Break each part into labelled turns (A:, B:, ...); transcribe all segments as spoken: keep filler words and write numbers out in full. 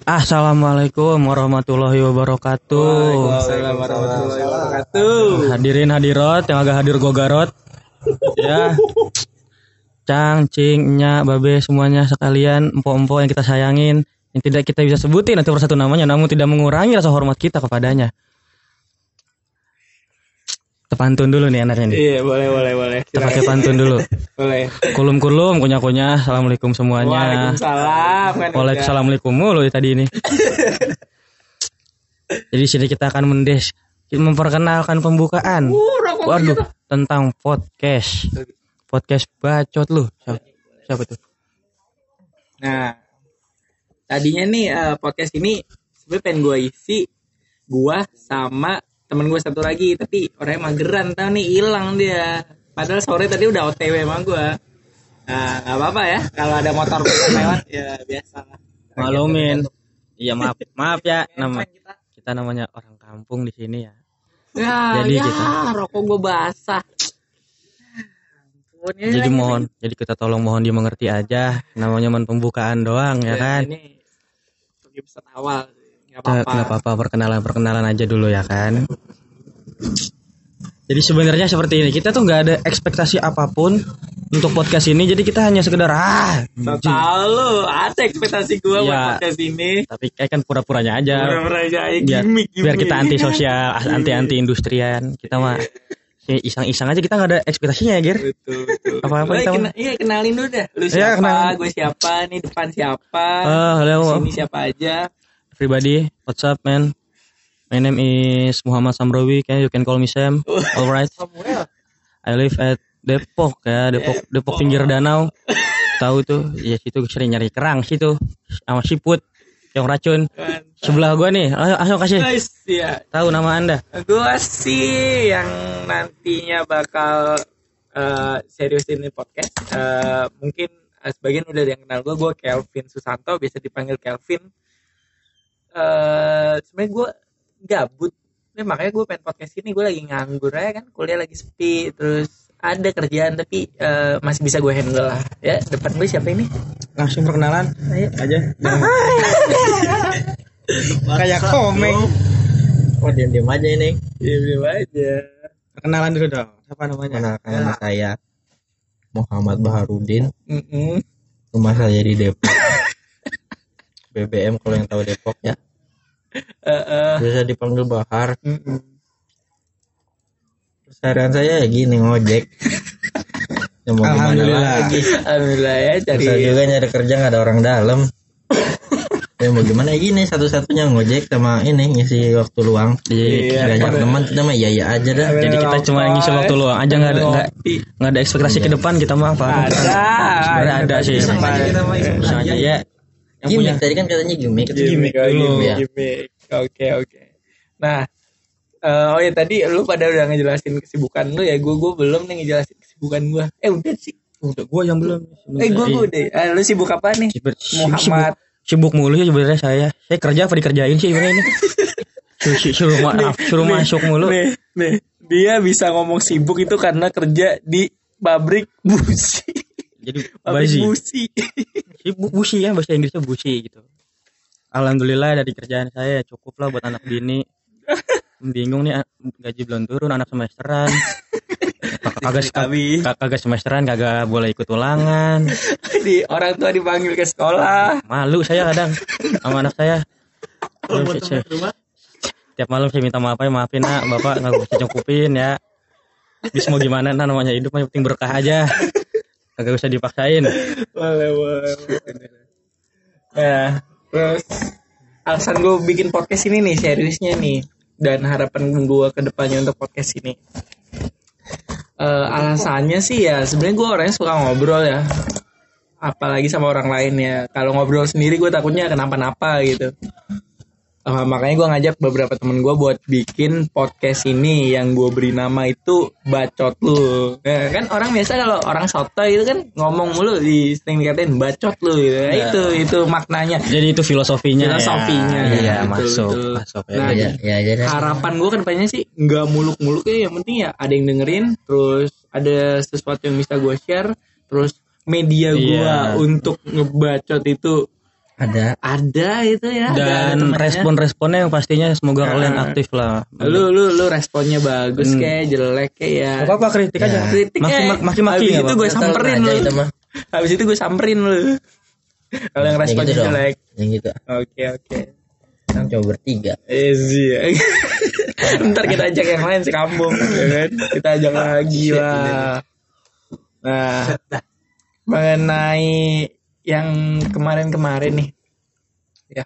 A: Assalamualaikum warahmatullahi wabarakatuh.
B: Waalaikumsalam warahmatullahi wabarakatuh.
A: Hadirin hadirat yang agak hadir gogarot. Ya. Cang, cing, nya, babe semuanya sekalian, empo-empo yang kita sayangin, yang tidak kita bisa sebutin nanti persatu namanya, namun tidak mengurangi rasa hormat kita kepadanya. Pantun dulu nih anaknya nih.
B: Iya, boleh boleh boleh.
A: Kita pakai pantun dulu.
B: Boleh.
A: Kulum-kulum, kunyah-kunyah, assalamualaikum semuanya.
B: Waalaikumsalam. Kan
A: Waalaikumsalam mulu tadi ini. Jadi sini kita akan mendes memperkenalkan pembukaan.
B: Uh,
A: Waduh, tentang podcast. Podcast bacot lu. Siapa, siapa tuh?
B: Nah, tadinya nih uh, podcast ini sebenarnya pengen gue isi gua sama temen gue satu lagi, tapi orangnya mageran, tau nih hilang dia. Padahal sore tadi udah O T W sama gue. Nah, nggak apa-apa ya, kalau ada motor lewat ya biasa lah.
A: Maklumin. Iya maaf, maaf ya, nama kita namanya orang kampung di sini ya.
B: Ya,
A: jadi
B: ya,
A: kita
B: rokok gue basah. Ampun, ya,
A: jadi
B: ini,
A: mohon, ini. jadi kita tolong mohon dimengerti aja. Namanya men pembukaan doang ya, ya kan.
B: Ini episode awal.
A: Nggak apa-apa. Nggak apa-apa, perkenalan-perkenalan aja dulu ya kan. Jadi sebenarnya seperti ini, kita tuh nggak ada ekspektasi apapun untuk podcast ini, jadi kita hanya sekedar ah.
B: Tahu lu, ada ekspektasi gue ya, buat podcast ini.
A: Tapi kayak kan pura-puranya aja.
B: Pura-pura aja,
A: biar,
B: gimmick, gimmick.
A: biar kita anti sosial, anti anti industrian. Kita mah iseng-iseng aja, kita nggak ada ekspektasinya ya, Gir.
B: Betul, betul.
A: Apa-apa kita
B: kena, iya kenalin dulu dah. Lu siapa, ya, gue siapa, nih depan siapa,
A: uh, halo.
B: Sini siapa aja.
A: Everybody, what's up man? My name is Muhammad Samrawi, can you can call me Sam. Alright. I live at Depok ya, Depok Depok pinggir danau. Tahu tuh, ya situ sering nyari kerang situ sama siput yang racun. Sebelah gua nih, ayo, ayo kasih.
B: Guys, ya.
A: Tahu nama Anda?
B: Gua sih yang nantinya bakal uh, seriusin ini podcast. Uh, mungkin uh, sebagian udah ada yang kenal gua, gua Kelvin Susanto, biasa dipanggil Kelvin. Uh, sebenarnya gue gabut, nih makanya gue pengen podcast ini. Gue lagi nganggur ya kan, kuliah lagi sepi, terus ada kerjaan tapi uh, masih bisa gue handle lah. Ya depan gue siapa ini?
A: Langsung perkenalan.
B: Ayo
A: aja. Kayak komik.
C: Oh diam-diam aja ini.
B: Diam-diam aja.
A: Perkenalan dulu dong. Siapa namanya?
C: Perkenalkan nama saya Muhammad Baharudin.
B: Mm-mm.
C: Rumah saya di Depok. B B M kalau yang tahu Depok ya.
B: Uh, uh.
C: Biasa dipanggil Bahar.
B: Mm-mm.
C: Keseharian saya ya gini, ngojek. Ya mau gimana lagi?
B: Alhamdulillah ya, cari.
C: Bisa juga nyari kerja nggak ada orang dalam. Ya mau gimana ya gini, satu-satunya ngojek sama ini ngisi waktu luang.
A: Jadi
B: iya,
C: ngajak teman kita mah iya iya aja dah.
A: Jadi kita cuma ngisi waktu luang aja, nggak ada nggak nggak ada ekspektasi ke depan kita mah apa?
B: Ada.
A: Sebenarnya ada sih.
C: Iseng aja kita mah iseng aja ya. Yang gimmick punya... tadi kan katanya gimmick.
B: Itu gimmick,
C: gimmick dulu ya.
B: Gimmick. Oke oke. Nah, uh, oh ya tadi lu pada udah ngejelasin kesibukan lu ya, gue gue belum nih ngejelasin kesibukan gue. Eh udah sih.
A: Udah gue yang belum.
B: Eh gue gue deh. Uh, lu sibuk apa nih?
A: Sibuk,
B: Muhammad.
A: Sibuk, sibuk mulu ya sebenarnya saya. Saya kerja apa dikerjain sih sebenarnya ini? Suruh, suruh maaf, suruh nih, masuk mulu.
B: Nih, nih. Dia bisa ngomong sibuk itu karena kerja di pabrik busi.
A: Jadi bazi.
B: Busi.
A: Sibuk busi ya, bahasa Inggrisnya busi gitu. Alhamdulillah dari kerjaan saya cukup lah buat anak bini. Bingung nih, gaji belum turun, anak semesteran. Kagak kagak semesteran, kagak boleh ikut ulangan.
B: Di orang tua dipanggil ke sekolah.
A: Malu saya kadang sama anak saya. Tiap malam saya minta maaf ya, maafin nak, bapak nggak bisa cukupin ya. Bis mau gimana, nah namanya hidup yang penting berkah aja. Kagak usah dipaksain.
B: Boleh, boleh. Ya, terus alasan gue bikin podcast ini nih, seriusnya nih, dan harapan gue ke depannya untuk podcast ini. Uh, alasannya sih ya, sebenarnya gue orangnya suka ngobrol ya, apalagi sama orang lain ya. Kalau ngobrol sendiri gue takutnya kenapa-napa gitu. Uh, makanya gue ngajak beberapa temen gue buat bikin podcast ini yang gue beri nama itu Bacot Lu. Ya, kan orang biasa kalau orang sotoy itu kan ngomong mulu, di sering dikatain bacot lu gitu. Ya. Itu itu maknanya.
A: Jadi itu filosofinya.
B: Filosofinya.
A: Ya. Iya,
B: gitu,
A: masuk,
B: gitu.
A: masuk
B: ya. Nah,
C: ya, ya, ya, ya.
B: harapan gue ke depannya sih nggak muluk-muluk ya. Yang penting ya ada yang dengerin, terus ada sesuatu yang bisa gue share, terus media gue iya. untuk ngebacot itu
C: Ada.
B: Ada itu ya. ada- ada
A: Dan
B: temennya.
A: respon-responnya yang pastinya semoga
B: Nah.
A: kalian aktif lah.
B: Lu lu lu responnya bagus
A: Hmm.
B: kayak jelek kayak ya.
A: Gak apa-apa, kritik
C: Ya.
A: aja.
B: Kritik
A: Maki
B: kayak.
A: maki maki
B: Habis
A: nggak
B: itu
A: apa-apa.
B: gue samperin
C: aja
B: lu.
C: itu mah.
B: Habis itu gue samperin lu. Kalau yang
C: Yang
B: responnya
C: gitu dong.
B: jelek.
C: Yang gitu.
B: Oke oke.
C: Kan coba bertiga.
B: Easy. Ntar kita ajak yang lain sekambung, ya kan? Kita ajak lagi lah. Nah, mengenai yang kemarin-kemarin nih, ya,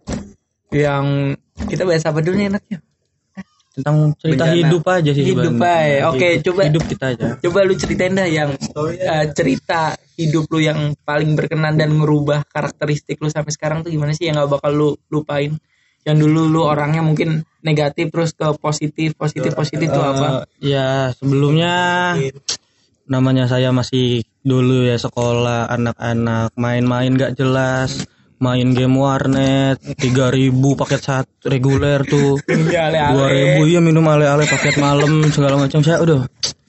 B: yang kita bahas apa dulu nih enaknya?
A: Tentang cerita
B: Bencana.
A: hidup aja sih.
B: Hidup
A: sebenarnya.
B: aja. Oke,
A: Hidup-
B: coba.
A: Hidup kita aja.
B: Coba lu ceritain dah yang eh, cerita hidup lu yang paling berkenan dan ngerubah karakteristik lu sampai sekarang tuh gimana sih yang gak bakal lu lupain? Yang dulu lu orangnya mungkin negatif terus ke positif, positif, positif tuh apa?
A: Eh, ya sebelumnya namanya saya masih dulu ya sekolah anak-anak main-main gak jelas, main game warnet tiga ribu paket satu reguler tuh,
B: Ya,
A: dua ribu ya minum ale-ale paket malam segala macam. Saya udah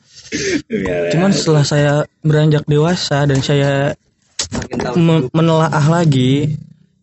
A: cuman setelah saya beranjak dewasa dan saya me- menelaah lagi,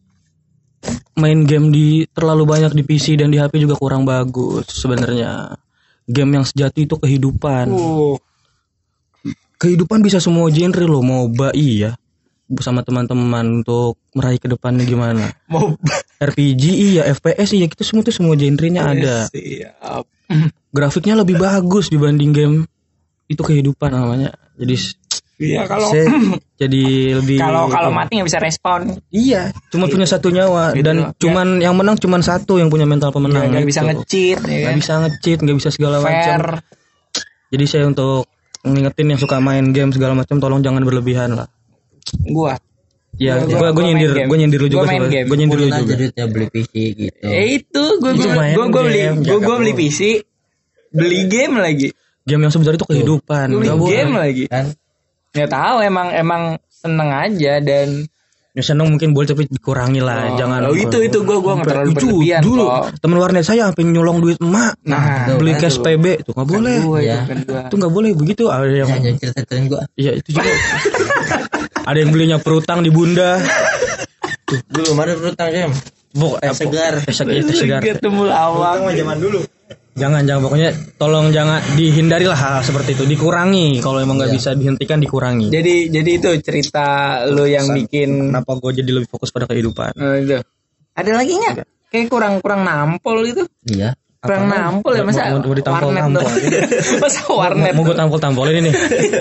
A: main game di terlalu banyak di P C dan di H P juga kurang bagus sebenarnya. Game yang sejati itu kehidupan.
B: Uh,
A: Kehidupan bisa semua genre loh, MOBA iya. Bersama teman-teman untuk meraih ke depannya gimana.
B: mau
A: R P G iya, F P S iya, kita semua tuh semua genrenya ada.
B: Siap.
A: Grafiknya lebih bagus dibanding game itu kehidupan namanya. Jadi
B: Iya kalau
A: saya jadi lebih
B: kalau kalau mati nggak bisa respon.
A: Iya, cuma punya satu nyawa
B: Gitu
A: dan
B: loh.
A: cuman yang menang cuman satu yang punya mental pemenang.
B: Nggak
A: gitu.
B: bisa nge-cheat, ya
A: Nggak
B: kan?
A: bisa nge-cheat, nggak bisa segala
B: Fair.
A: macam. Jadi saya untuk ngingetin yang suka main game segala macam, tolong jangan berlebihan lah.
B: Gua.
A: Ya,
B: Gua-
A: gua
B: gua
A: gue
B: main
A: nyindir,
B: game.
A: gue nyindir lu
B: Gua
A: juga.
B: main
A: sebenarnya.
B: game.
A: Gue nyindir lu
C: Kumpulin aja
A: juga.
C: duitnya beli P C gitu.
B: Eh itu gue
A: Itu
B: gue
A: main
B: gue gue beli
A: game,
B: gue
A: jangan
B: gue beli
A: bohong.
B: P C, beli game lagi,
A: Game yang sebenarnya itu kehidupan.
B: beli
A: Nggak boleh.
B: game lagi.
C: Kan
B: Nggak tahu emang emang seneng aja dan
A: Ya seneng mungkin boleh tapi dikurangi lah,
B: Oh,
A: jangan.
B: oh, itu- itu gua- gua nggak terlalu
A: Itu,
B: berlebihan
A: Dulu
B: kok.
A: temen warnet saya sampai nyolong duit emak.
B: Nah,
A: beli
C: itu
A: cash P B itu nggak boleh.
B: gue
C: Iya.
B: kan gua.
A: Itu nggak boleh begitu. Ada yang
C: jangan cerita-ceritain gua.
A: iya itu juga. Ada yang belinya perutang di bunda.
C: Dulu mana berutang jam?
A: Bok,
C: Teh segar.
A: Teh segar, teh segar.
B: Ketemu lawak.
A: Jangan, jangan pokoknya tolong jangan dihindarilah hal seperti itu, dikurangi. Kalau emang nggak
C: Iya.
A: bisa dihentikan dikurangi.
B: Jadi jadi itu cerita lu yang bikin.
A: Kenapa gue jadi lebih fokus pada kehidupan?
B: Eh, itu. Ada lagi nggak? Kayak kurang kurang nampol gitu.
C: Iya.
B: Kurang
A: Apaan?
B: nampol ya masa
A: Mau- mau ditampol
B: warnet
A: tampol.
B: tuh. Masa warnet.
A: Mau gue tampol-tampolin ini.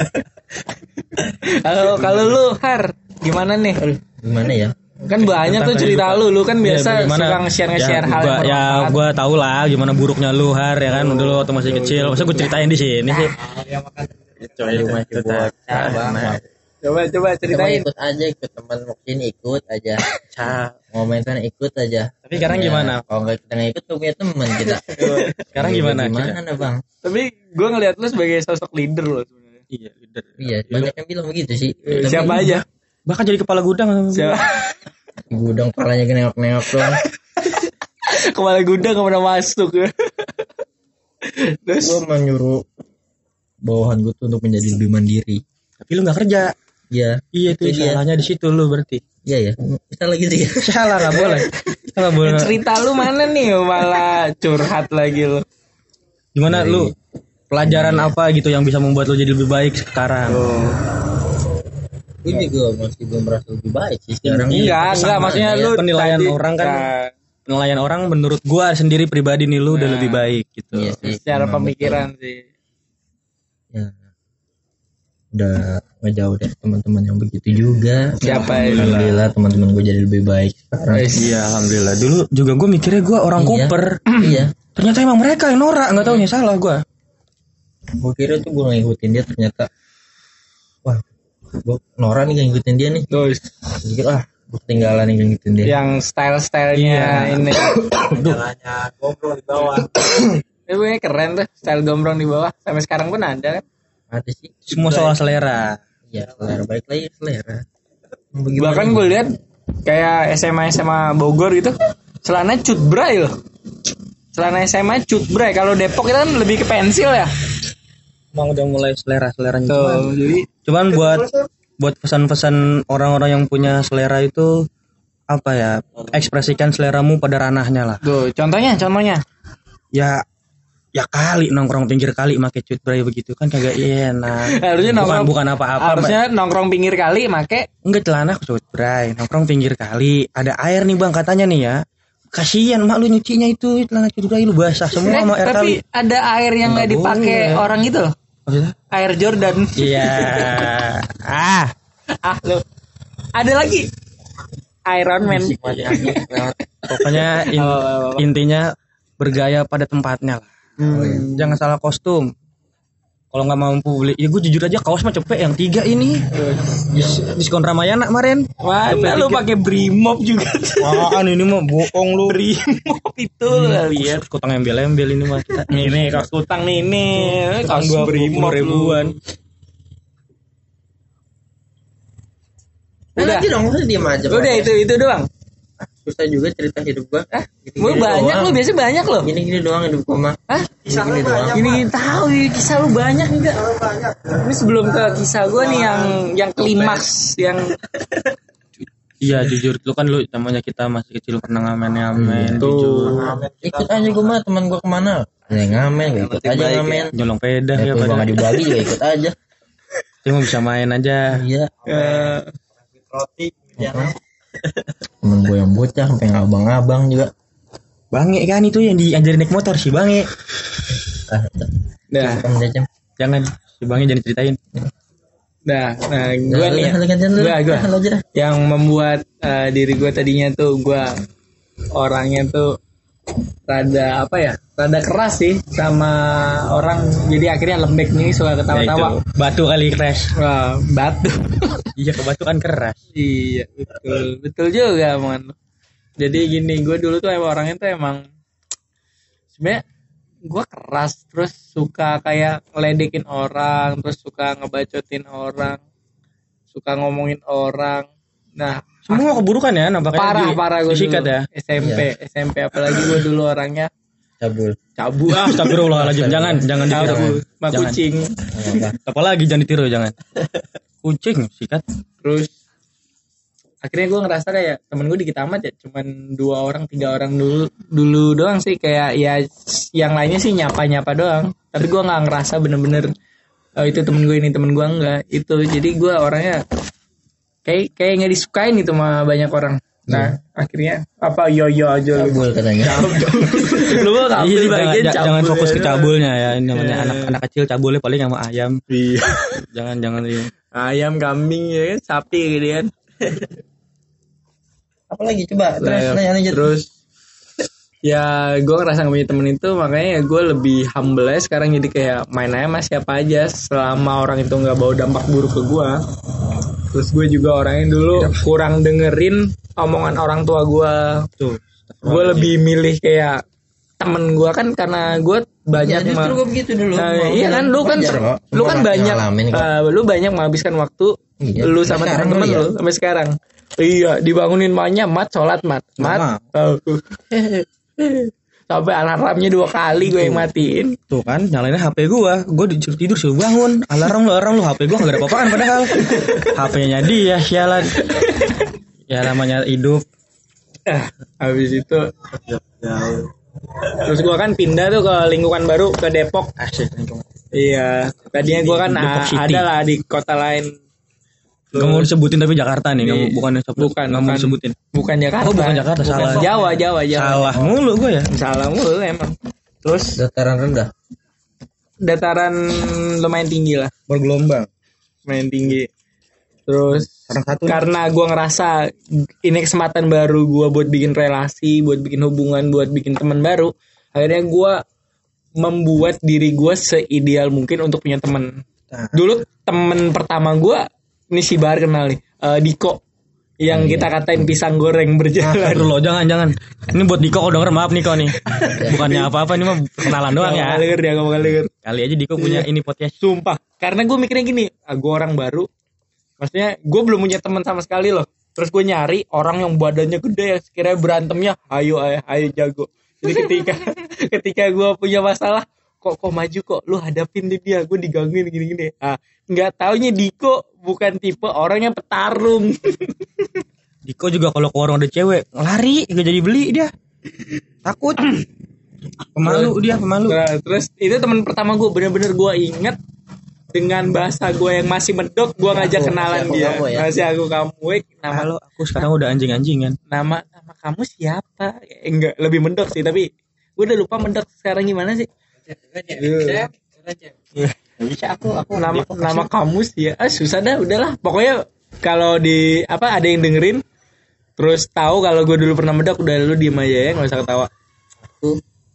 B: Kalau kalau lu Har gimana nih?
C: Gimana ya?
B: Kan banyak tuh
A: Tentang
B: cerita
A: kehidupan.
B: lu, lu kan
A: Ya,
B: biasa
A: bagaimana-
B: suka nge-share nge-share
A: ya,
B: hal
A: gua,
B: yang
A: ya
B: bermanfaat.
A: gue tau lah gimana buruknya lu Har ya kan dulu waktu masih kecil. Masa gue ceritain di sini sih?
C: Coba masih bocah banget.
B: Coba coba
C: Cuma
B: ceritain.
C: ikut aja, ikut teman sini ikut aja. Mau main sana ikut aja.
A: Tapi sekarang
C: Ya,
A: gimana?
C: Kalau nggak kita nggak ikut tuh punya teman kita.
A: Sekarang gimana?
C: Gimana bang?
B: Tapi gue ngeliat lu sebagai sosok leader loh sebenarnya.
A: Iya, leader.
C: Iya, banyak yang bilang begitu sih.
B: Eh,
C: Tapi
B: Siapa aja?
A: Bahkan jadi kepala gudang.
B: Siapa?
C: gudang palanya nengok-nengok doang.
B: Kepala gudang gak pernah masuk ya. Terus
C: Gue menyuruh bawahan gue tuh untuk menjadi lebih mandiri.
A: Tapi lu nggak kerja.
C: Iya,
A: Iya itu
C: Itu dia.
A: salahnya di situ lu berarti.
C: iya ya. Bisa lagi sih.
A: Salah nggak boleh. Kita nggak boleh.
B: cerita lu mana nih malah curhat lagi lu.
A: Gimana
C: Dari-
A: lu? Pelajaran apa gitu yang bisa membuat lu jadi lebih baik sekarang?
C: Gue juga masih belum merasa lebih baik sih sekarang.
B: Enggak, enggak
C: Sama
B: maksudnya
C: aja.
B: lu
A: Penilaian
B: tadi-
A: orang kan
B: Nah,
A: penilaian orang menurut gua sendiri pribadi nih lu udah
B: Nah.
A: lebih baik gitu.
C: Iya sih.
B: secara
C: memang
B: pemikiran sih.
C: betul. Ya. Udah nggak jauh dari teman-teman yang begitu juga.
B: Siapa ya?
C: Alhamdulillah teman-teman gue jadi lebih baik sekarang.
A: Iya, alhamdulillah. Dulu juga gua mikirnya gua orang
C: Iya.
A: koper.
C: Iya.
A: Ternyata emang mereka yang norak, nggak taunya salah gua.
C: Gue kira tuh gue ngikutin dia, ternyata wah gue Nora nih ngikutin dia nih.
B: Terus
C: Gue kira ah gue ketinggalan nih ngikutin dia.
B: yang style-stylenya ini.
C: Jalannya ngobrol di bawah.
B: Itu kayaknya keren tuh, style gombrong di bawah. Sampai sekarang pun ada kan.
C: Ada sih.
A: Semua soal selera.
C: Iya selera, balik lagi ke selera.
B: Bahkan gue lihat kayak S M A S M A Bogor gitu, celana cut bray loh. Celana S M A cut bray. Kalau Depok kita kan lebih ke pensil ya.
A: Emang udah mulai selera-seleranya.
B: Tuh,
A: Cuman,
B: jadi
A: cuman buat buat pesan-pesan orang-orang yang punya selera itu apa ya, ekspresikan seleramu pada ranahnya lah.
B: Tuh, contohnya, contohnya.
A: Ya ya kali nongkrong pinggir kali make cut bray begitu kan kagak enak.
B: Harusnya
A: bukan,
B: nongkrong
A: bukan apa-apa.
B: Harusnya Mbak. Nongkrong pinggir kali make
A: enggak celana cut bray, nongkrong pinggir kali. Ada air nih Bang katanya nih ya. Kasihan mak lu nyucinya itu celana cut bray lu basah semua sama air
B: tapi
A: kali.
B: Ada air yang enggak dipakai orang itu loh.
A: Maksudnya?
B: Air Jordan.
A: Iya. ah,
B: ah lu. Ada lagi Iron Man.
A: Pokoknya in, intinya bergaya pada tempatnya lah. Hmm. Jangan salah kostum. Kalau nggak mampu beli, ya gue jujur aja kaos mah cepet yang tiga ini. Dis, diskon Ramayana kemarin.
B: Mana lu pakai Brimob juga?
A: Wah, ini mah bohong lu.
B: Brimob itu hmm,
A: lihat kutang embel-embel ini mah kita.
B: Ini kaos kutang nih ini. Kaos Brimob ribuan.
C: Udah aja dong, udah diam aja.
B: Udah itu itu doang.
C: Susah juga cerita hidup gua.
B: Ah, lu banyak doang. Lu biasa banyak loh.
C: Gini-gini doang hidup gua mah.
B: Hah? Kisah gini doang. Gini tahu kisah lu banyak juga. Ini sebelum ke kisah gua nih yang yang klimaks yang
A: iya jujur lu kan lu namanya kita masih kecil pernah ngamen-ngamen hmm, jujur.
C: Ikut aja gua mah teman gua kemana. Ya ngamen, gua ikut aja ngamen.
A: Nyolong peda
C: ya pada. Gua dibagi juga ikut aja.
A: Cuma bisa main aja.
C: Iya.
B: Uh,
C: roti ya. Temen gue yang bocah sampai abang-abang juga.
A: Bange kan itu yang diajarin naik motor si Bange.
C: Ah,
B: dah.
A: Jangan si Bange jangan ceritain.
B: Nah, nah gue nih, gue gue yang membuat uh, diri gue tadinya tuh gue orangnya tuh rada apa ya, rada keras sih sama orang, jadi akhirnya lembek nih suka ketawa-tawa.
A: Ya batu kali keras.
B: Wah, batu.
A: Iya kebatu kan keras.
B: Iya betul, betul juga man. Jadi gini, gue dulu tuh emang orangnya tuh emang sebenarnya gue keras, terus suka kayak ngeledekin orang, terus suka ngebacotin orang, suka ngomongin orang. Nah,
A: semua keburukan ya nampaknya.
B: Parah di, parah gue dulu.
A: Ya?
B: S M P, iya. S M P apalagi gue dulu orangnya
C: cabul.
B: Cabul.
A: Ah, astagfirullahaladzim. Jangan, jangan ditiru.
B: Mak kucing.
A: Apalagi jangan ditiru, jangan. Kucing sikat.
B: Terus akhirnya gue ngerasa kayak temen gue dikit amat ya, cuman dua orang tiga orang dulu dulu doang sih, kayak ya yang lainnya sih nyapa nyapa doang, tapi gue nggak ngerasa bener-bener oh itu temen gue ini temen gue enggak itu. Jadi gue orangnya kayak kayak nggak disukain gitu sama banyak orang. Nah hmm. akhirnya apa yo yo aja
C: cabul katanya.
B: Lu mau ngambil bagian
A: jangan, jangan fokus ke cabulnya ya, ini namanya
B: yeah.
A: anak anak kecil cabulnya paling sama ayam.
B: Iya.
A: jangan jangan ini.
B: Ayam, kambing ya kan, sapi gitu kan.
C: Apalagi coba terus
B: nah,
C: nanya lanjut.
B: Terus ya gue ngerasa gak punya temen itu, makanya ya gue lebih humble aja sekarang, jadi kayak main aja sama siapa aja selama orang itu nggak bawa dampak buruk ke gue. Terus gue juga orangnya dulu kurang dengerin omongan orang tua gue. Tuh, gue lebih milih kayak temen gue kan, karena gue banyak
C: ya, justru gue begitu dulu.
B: Nah, iya kan lu kan lu kan banyak uh, lu banyak menghabiskan waktu iya, lu sama temen-temen lu iya. Sampai sekarang. Iya, dibangunin maknya mat sholat mat mat. Oh. Sampai alarmnya dua kali gue yang matiin.
A: Tuh kan nyalainnya H P gue. Gue disuruh tidur suruh bangun. Alarm lu alarm lu H P gue gak ada apa-apaan padahal. H P-nya dia sialan. Ya namanya hidup.
B: Eh, habis itu terus gue kan pindah tuh ke lingkungan baru, ke Depok.
A: Asik lingkungan.
B: Iya, tadinya gue kan a- ada lah di kota lain.
A: Gak mau disebutin tapi Jakarta nih, di, bukan
B: bukan
A: nggak mau disebutin.
B: Bukan Jakarta.
A: Oh bukan Jakarta, bukan. Salah.
B: Jawa, Jawa, Jawa.
A: Salah mulu gue ya.
B: Salah mulu emang. Terus
C: dataran rendah.
B: Dataran lumayan tinggi lah,
A: bergelombang.
B: Lumayan tinggi. Terus karena gue ngerasa ini kesempatan baru gue buat bikin relasi, buat bikin hubungan, buat bikin teman baru, akhirnya gue membuat diri gue seideal mungkin untuk punya teman. Nah. Dulu temen pertama gue, ini si Bahar kenal nih, uh, Diko, yang hmm, kita katain pisang goreng berjalan.
A: Nah, lo jangan jangan. Ini buat Diko kau denger, maaf nih kau nih. Bukannya apa-apa, ini mah kenalan doang ya.
B: Gak denger dia, gak bakal denger.
A: Kali aja Diko punya ini podcast.
B: Sumpah, karena gue mikirnya gini, ah, gue orang baru. Maksudnya gue belum punya teman sama sekali loh. Terus gue nyari orang yang badannya gede, yang sekiranya berantemnya ayo ayo, ayo jago. Jadi ketika ketika gue punya masalah, kok kok maju kok lu hadapin dia, gue digangguin gini-gini. Ah, nggak taunya Diko bukan tipe orang yang petarung.
A: Diko juga kalau ke warung ada cewek lari gak jadi beli dia. Takut. Pemalu dia, pemalu.
B: Nah, terus itu teman pertama gue, bener-bener gue inget dengan bahasa gue yang masih medok, gue ngajak kenalan
C: masih aku
B: dia.
C: kamu ya?
B: Masih aku kamu, Wek. Nama
A: Halo, aku sekarang udah anjing-anjingan.
B: nama nama kamu siapa? Eh, enggak, lebih medok sih, tapi gue udah lupa medok sekarang gimana sih.
C: Bisa aku aku
B: Nama nama kamu sih ya. Ah, susah dah, udahlah. Pokoknya kalau di apa ada yang dengerin terus tahu kalau gue dulu pernah medok, udah lu diem aja ya, nggak usah ketawa.
C: Aku.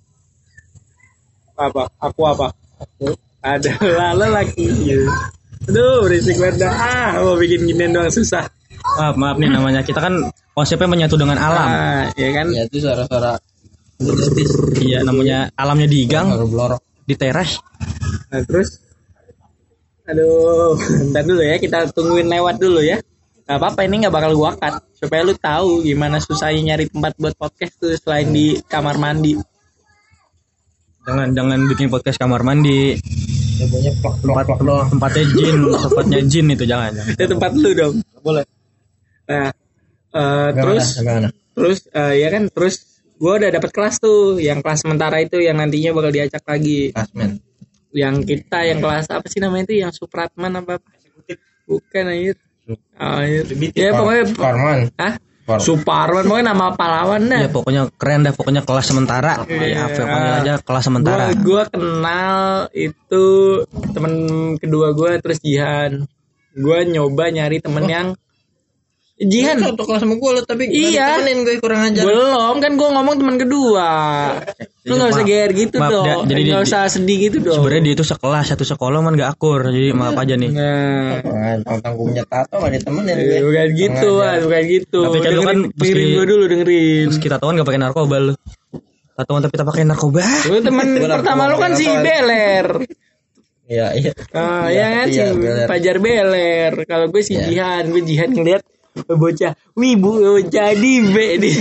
B: Apa? Aku apa? Aku adalah lelaki. Aduh, berisik banget dah. Ah, mau bikin ginian doang susah.
A: Maaf, maaf nih namanya kita kan konsepnya menyatu dengan alam.
B: Ah, ya kan?
C: ya itu suara-suara
A: Iya, namanya alamnya di gang,
C: suara blorok.
A: di teras.
B: Nah, terus aduh, bentar dulu ya, kita tungguin lewat dulu ya. Gak apa-apa, ini gak bakal gua cut supaya lu tahu gimana susahnya nyari tempat buat podcast tuh selain di kamar mandi.
A: Jangan jangan bikin podcast kamar mandi.
C: Ya punya plak plak plak doang.
A: Tempatnya jin, tempatnya jin itu jangan. jangan.
B: Itu tempat lu dong.
C: Boleh.
B: Nah, eh, terus
C: Gimana?
B: terus eh, ya kan terus gua udah dapat kelas tuh, yang kelas sementara itu yang nantinya bakal diacak lagi.
C: Klasmen.
B: Yang kita yang kelas apa sih namanya itu, yang Supratman apa? Bukan anjir. Anjir. Ya pokoknya
C: Parman.
B: Hah?
C: Par-
B: Suparman, pokoknya nama pahlawan dah.
A: Ya pokoknya keren dah, pokoknya kelas sementara. Ya, Afif panggil aja kelas sementara.
B: Gua, gua kenal itu temen kedua gua, terus Jihan. Gua nyoba nyari temen yang Jihan.
C: Satu kelas sama gue lo tapi
B: Iya.
C: temenin gue kurang ajar.
B: Belum, kan gua ngomong temen kedua. Lu nggak usah
A: Maaf.
B: geer gitu
A: Maaf,
B: dong.
A: dah. Jadi
B: Nggak
A: di-
B: usah sedih gitu dong.
A: Sebenarnya dia itu sekelas, satu sekolah man gak akur. Jadi maaf aja nih.
B: Nah,
C: Tentang gue punya tato gak ditemenin gue.
B: eh, bukan gitu, ah, bukan gitu.
A: Tapi kan lu kan
B: dengerin, dengerin
A: meski-
B: gua dulu, dengerin.
A: Terus kita tahu kan gak pakai narkoba lu. Tatoan tapi kita pakai narkoba.
B: Lu temen pertama lu kan si Beler.
C: Iya iya.
B: Ah, ya kan si
C: Iya, beler.
B: Pajar Beler. Kalau gue si
C: Iya.
B: Jihan, gue Jihan ngeliat bocah wibu oh, jadi be nih.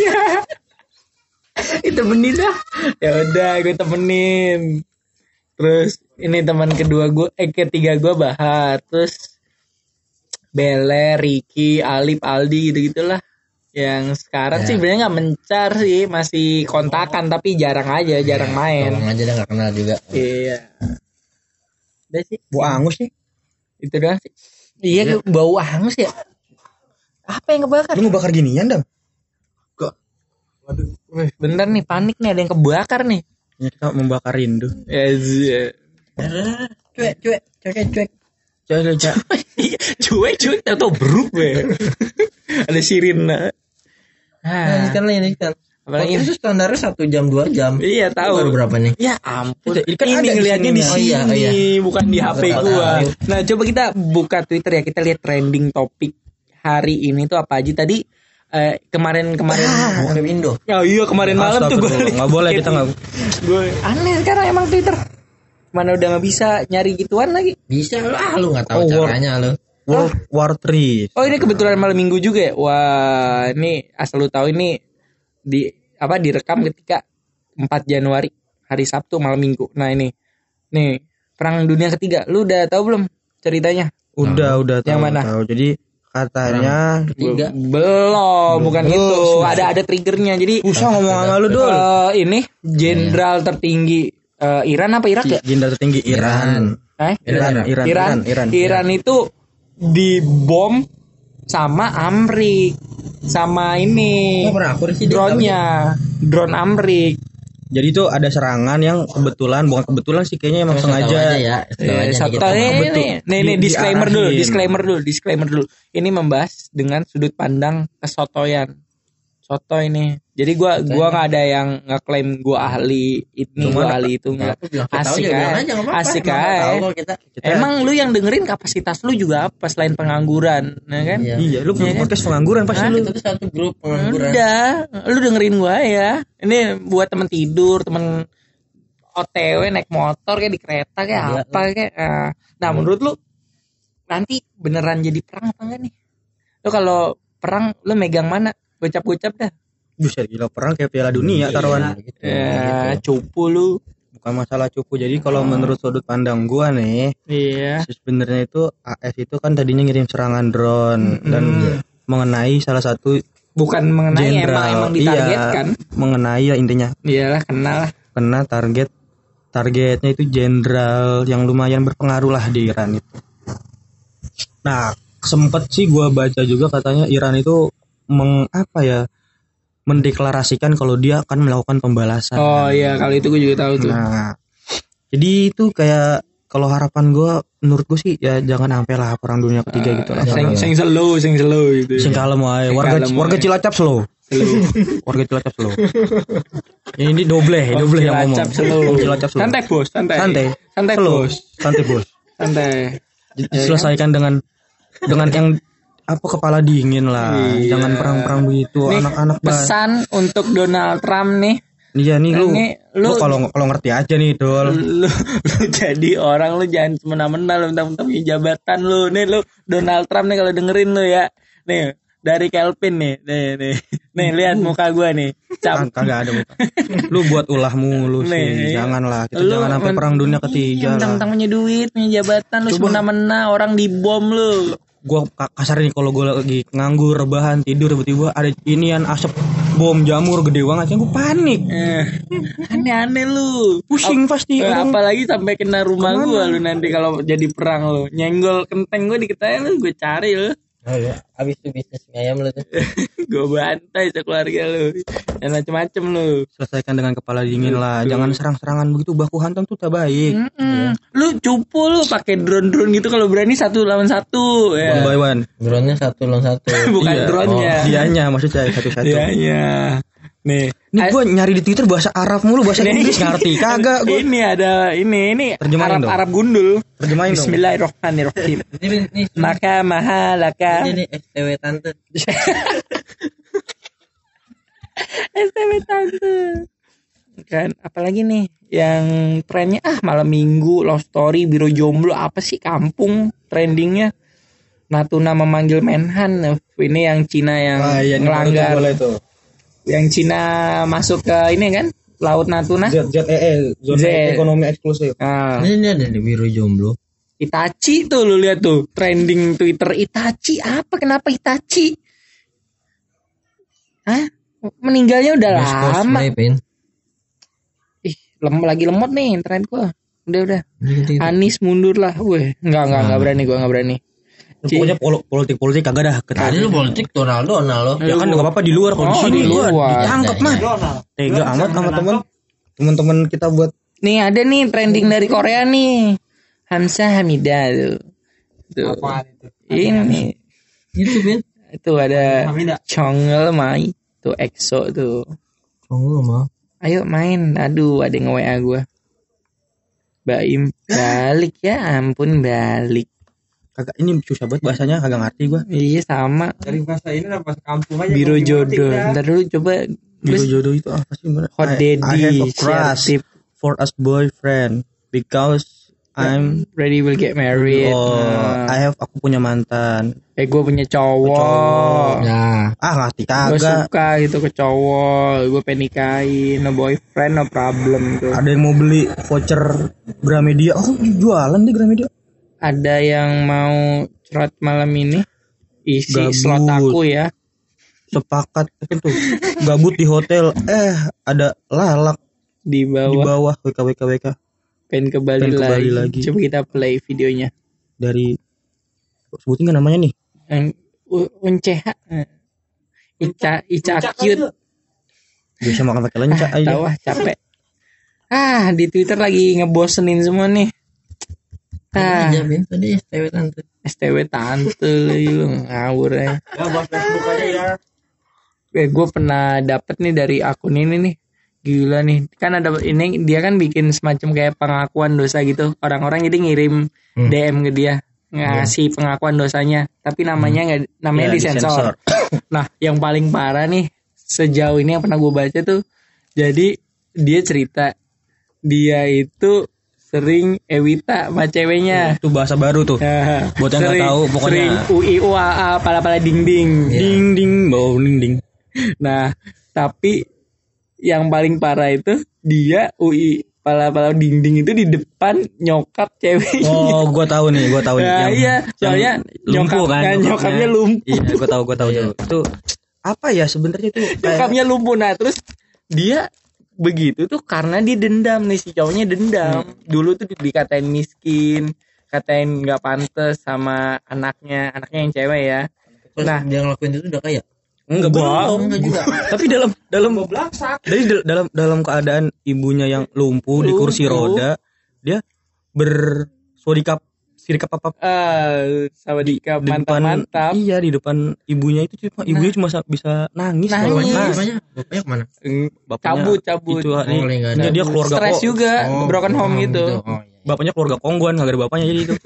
B: Ditemenin dah. Ya udah gue temenin. Terus ini teman kedua gue, eh ketiga gue Bahar. Terus Beler, Ricky, Alip, Aldi gitu-gitulah. Yang sekarang
C: Ya.
B: sih sebenarnya nggak mencar sih, masih kontakan tapi jarang aja, jarang main.
C: Tolong aja dah gak kenal juga.
B: Iya. Udah sih.
A: Bau angus nih.
B: Itu doang sih. Iya, bau hangus ya. Apa yang kebakar?
A: Lu ngebakar ginian dong.
B: Wih, bentar nih, panik nih, ada yang kebakar nih.
A: Ya, kita membakar rindu.
B: Ya, iya.
C: Cuek cuek cuek cuek.
A: Coba coba.
B: Cuek, cuek, tau beruk gue. Ada sirina.
C: Nah,
B: Ah,
C: kan ini kan.
B: apalagi
C: Podcast itu standarnya satu jam dua jam.
B: iya
C: Tahu
B: tahu.
C: baru berapa nih?
B: Ya ampun.
A: Ini kan
B: Ini
A: ada di
B: ngeliatnya di
A: sini.
C: Oh,
B: sini,
C: iya, oh, iya.
B: bukan di H P
C: Tahu,
B: gua.
C: tahu.
B: Nah, coba kita buka Twitter ya, kita lihat trending topik hari ini tuh apa aja tadi. Eh, kemarin-kemarin
C: Bukan Indo.
B: Oh iya kemarin malam tuh gue
A: Astagfirullah. Nggak boleh, kita nggak-
B: gue aneh sekarang emang Twitter mana udah nggak bisa nyari gituan lagi.
C: Bisa lu ah lu nggak tahu
A: Oh, war-
C: caranya lu.
A: World War Three.
B: Oh ini kebetulan malam minggu juga ya. Wah ini asal lu tahu ini di apa direkam ketika empat Januari hari Sabtu malam minggu. Nah ini nih Perang Dunia Ketiga, lu udah tahu belum ceritanya?
A: Udah, udah tahu.
B: Yang mana?
A: tahu. Jadi katanya
C: Tiga.
B: Belum, bukan
A: Belum.
B: gitu. Ada ada triggernya. Jadi
A: usah ngomong sama lu dul.
B: eh, ini jenderal tertinggi eh, Iran apa Irak ya?
A: Jenderal tertinggi Iran.
B: Eh?
A: Iran, Iran, Iran,
B: Iran,
A: Iran.
B: Iran itu dibom sama Amrik, sama ini
C: Nggak pernah aku sih dia
B: drone-nya, drone Amrik.
A: Jadi itu ada serangan yang kebetulan, bukan kebetulan sih kayaknya emang
C: Tahu aja
A: sengaja.
C: ya. Tahu
B: Eh,
C: aja
B: satu
C: kita
B: ini,
C: ngomong.
B: nih, nih, nih,
A: Di-
B: disclaimer dulu,
A: diarahin.
B: disclaimer dulu, disclaimer dulu. Ini membahas dengan sudut pandang kesotoyan. Soto ini. Jadi gua gua nggak ada yang ngeklaim gua ahli ini,
A: Cuman-
B: gua ahli itu enggak.
C: Aku bilang kita tahu
B: Asik
C: ya bilang
B: aja.
C: aja nggak apa-apa.
B: Asik
C: Emang nggak
B: aja.
C: tahu kok kita.
A: Kita-
B: Emang lu yang dengerin kapasitas lu juga apa selain pengangguran, ya kan?
C: Iya.
A: Iya, lu
B: Iya kan?
A: podcast pengangguran pasti
B: Hah?
A: lu.
C: Kita tuh satu grup pengangguran.
B: Udah, lu dengerin gua ya. Ini buat temen tidur, temen O T W naik motor kayak di kereta kayak
C: Iya.
B: apa kayak. ah. Nah, menurut lu nanti beneran jadi perang apa enggak nih? Lu kalau perang lu megang mana? Gocap-gocap dah.
A: Buset gila, perang kayak Piala Dunia taruhan.
C: Iya, gitu,
B: Ya,
C: gitu.
B: cupu lu.
A: Bukan masalah cupu. Jadi kalau menurut sudut pandang gua nih,
B: Iya.
A: sebenarnya itu A S itu kan tadinya ngirim serangan drone dan
B: Mm-mm.
A: mengenai salah satu
B: Bukan mengenai
A: jenderal.
B: emang emang ditargetkan.
A: Iya, mengenai ya intinya.
B: Iyalah kenal lah.
A: Kena target targetnya itu jenderal yang lumayan berpengaruh lah di Iran itu. Nah, sempet sih gua baca juga katanya Iran itu meng apa ya mendeklarasikan kalau dia akan melakukan pembalasan.
B: Oh iya, kalau itu gue juga tahu tuh.
A: Nah, jadi itu kayak kalau harapan gue, menurut gue sih ya jangan sampai lah perang dunia ketiga gitu lah.
B: Sing sing slow, sing slow gitu.
A: Sing kalem wae.
B: Sing
A: Warga
B: kalem
A: warga
B: wae.
A: Cilacap slow.
B: Slow.
A: Warga Cilacap slow. Ini doble, doble yang ngomong.
B: Cilacap slow.
A: Om Cilacap slow.
B: Santai bos, santai.
A: Santai.
B: Santai
A: Slow.
B: bos.
A: Santai bos.
B: Santai.
A: Diselesaikan dengan dengan yang apa kepala dingin lah.
B: Iya.
A: Jangan perang-perang begitu.
B: Nih,
A: Anak-anak bah.
B: pesan untuk Donald Trump nih.
A: Iya nih lu.
B: Ini
A: Lu
B: lu-
A: kalau kalau ngerti aja nih, Dol.
B: Lu, lu jadi orang lu jangan semena-mena lu mentang-mentang punya jabatan lu. Nih lu Donald Trump nih kalau dengerin lu ya. Nih dari Kelvin nih. Nih nih. Nih lihat muka gua nih. Cap.
A: Kag- Kagak ada muka. Lu buat ulah mulu sih.
B: Nih.
A: Janganlah. Kita
B: Lu
A: jangan sampai
B: men-
A: perang dunia
B: Iya,
A: ketiga lah.
B: mentang-mentang punya duit, punya jabatan lu
A: Coba.
B: semena-mena orang dibom lu.
A: Gua ka- kasar nih kalau gua lagi nganggur rebahan tidur tiba-tiba ada inian asap bom jamur gede banget yang gua panik.
B: Eh, aneh-aneh lu.
A: Pusing pasti
B: Eh,
A: orang.
B: apalagi sampai kena rumah
A: Kemana?
B: gua lu nanti kalau jadi perang lu. Nyenggol kenteng gua diketahui lu, gua cari lu.
C: Oh, ya. Abis itu bisnis mie ayam lu tuh.
B: Gua bantai sekeluarga lu. Dan macem-macem lu.
A: Selesaikan dengan kepala dingin lah. Jangan serang-serangan begitu baku hantam tuh tak baik.
B: Mm-mm. Lu cupu lu pakai drone-drone gitu kalau berani satu lawan satu
A: One
B: ya.
A: by one.
C: Drone-nya satu lawan satu.
B: Bukan
A: Iya.
B: drone-nya.
A: Oh, dianya maksudnya satu-satu.
B: Iya, iya. Nih,
A: Ini gua nyari di Twitter bahasa Arab mulu, bahasa
B: Nih.
A: Inggris ngerti kagak gua.
B: Ini ada ini ini
A: Terjemahin
B: Arab
A: dong.
B: Arab gundul.
A: Terjemahin dong.
B: Bismillahirrahmanirrahim.
C: Ini nih,
B: Maka mahalaka.
C: ini nih S T W tante.
B: S T W tante. Kan apalagi nih yang trennya ah malam minggu love story biro jomblo apa sih kampung trendingnya Natuna memanggil Menhan. Ini yang Cina yang
A: Wah, iya, ini baru tuh
B: melanggar
A: boleh tuh.
B: yang Cina masuk ke ini kan laut Natuna.
A: Z Z E E zona
B: Z.
A: ekonomi eksklusif.
B: Nah,
C: Ini, ini ada di biru jomblo.
B: Itachi tuh lu lihat tuh trending Twitter Itachi apa kenapa Itachi? Hah? Meninggalnya udah
C: Terus
B: lama.
C: cosplay, Pin.
B: Ih, lem lagi lemot nih internet gua. Udah udah.
C: Ini gitu.
B: Anis mundur lah. Weh, enggak enggak enggak berani gua enggak berani.
A: Pokoknya pol- politik-politik kagak dah kita.
C: Tadi lu politik Donald Donald lo.
A: Ya kan enggak apa-apa di luar kalau di
B: Oh,
A: sini
B: di
A: gua
B: luar.
A: ditangkap mah. Tega amat sama teman teman-teman kita buat
B: Nih ada nih trending dari Korea nih. Hamzah Hamidah tuh. Tuh. Ini
C: Itu Pin.
B: itu ada Chongel Mai tuh EXO tuh.
C: Oh mah.
B: Ayo main. Aduh, ada yang nge-W A gua. Baim balik ya ampun balik.
A: kagak ini susah banget bahasanya kagak ngerti gua.
B: Iya sama.
D: Dari bahasa ini lah bahasa kampung aja.
B: Biro
D: Kalau gimana
B: jodoh.
D: tidak.
B: Ntar dulu coba
A: Biro
B: terus
A: jodoh itu apa sih bener?
B: Hot
A: I-
B: Daddy,
A: I have a
B: share
A: crush
B: tip.
A: for us boyfriend because I'm
B: ready will get married.
A: oh
B: Nah,
A: I have aku punya mantan.
B: eh gue punya cowok.
A: Cowok.
C: Nah,
A: Ah ngerti
B: Gue
A: kagak.
B: suka gitu ke cowok. Gue pengen nikahin. No boyfriend no problem tuh.
A: Ada yang mau beli voucher Gramedia. Oh jualan di Gramedia.
B: Ada yang mau curhat malam ini. Isi
A: Gabut.
B: slot aku ya.
A: Sepakat itu gabut di hotel. Eh ada lalak
B: Di
A: di
B: bawah.
A: bawah W K W K W K
B: Pengen ke Bali,
A: Pengen ke Bali
B: lagi.
A: lagi.
B: Coba kita play videonya.
A: dari sebutin nggak namanya nih?
B: Yang U- Unceha. Ica Ica cute.
A: Biasa makan pakai lenca
B: Ah,
A: aja.
B: tahu ah capek. Ah, di Twitter lagi ngebosenin semua nih. Ah,
C: aja Pin tadi S T W tante.
B: S T W tante lu ngawur ya.
D: Ya bahas Facebook aja ya.
B: Eh, gue pernah dapet nih dari akun ini nih. Gila nih. Kan ada ini dia kan bikin semacam kayak pengakuan dosa gitu. Orang-orang jadi ngirim
C: Hmm.
B: D M ke dia ngasih pengakuan dosanya. Tapi namanya nggak namanya
A: Ya,
B: disensor. Nah, yang paling parah nih sejauh ini yang pernah gue baca tuh. Jadi dia cerita dia itu sering Ewita sama ceweknya.
A: Itu bahasa baru tuh.
B: Nah,
A: Buat yang nggak
B: sering-
A: tahu, pokoknya-
B: sering U I U A A pala-pala ding ding.
A: Ding ding bau ding ding.
B: Nah, tapi yang paling parah itu dia U I pala-pala dinding itu di depan nyokap ceweknya.
A: Oh, gua tahu nih, gua tahu nih.
B: Nah, iya, soalnya
A: lumpuh
B: nyokap,
A: kan.
B: kan, nyokapnya lumpuh.
A: Iya, gua tahu, gua tahu tuh. Itu apa ya sebenarnya itu? Kayak...
B: Nyokapnya lumpuh. Nah, terus dia begitu tuh karena dia dendam nih, si cowoknya dendam. Hmm. Dulu tuh dikatain miskin, katain nggak pantas sama anaknya, anaknya yang cewek ya.
C: Terus
B: nah,
C: dia ngelakuin itu udah kaya?
A: Enggak,
B: belum,
C: enggak juga.
A: Tapi dalam dalam dari dalam dalam keadaan ibunya yang lumpuh, lumpuh. di kursi roda, dia bersuadikap sirikap apa?
B: Uh, sama di mantap-mantap.
A: Iya, di depan ibunya itu cuma nah. ibunya cuma bisa nangis.
B: Nangis.
C: Bapaknya, bapaknya kemana?
B: Bapaknya cabut, cabut.
A: Itu,
C: oh,
A: nih, dia keluarga
B: stres ko- juga,
C: oh,
B: broken home
C: oh,
B: gitu.
C: gitu. Oh, iya.
A: Bapaknya keluarga kongguan, enggak ada bapaknya jadi itu.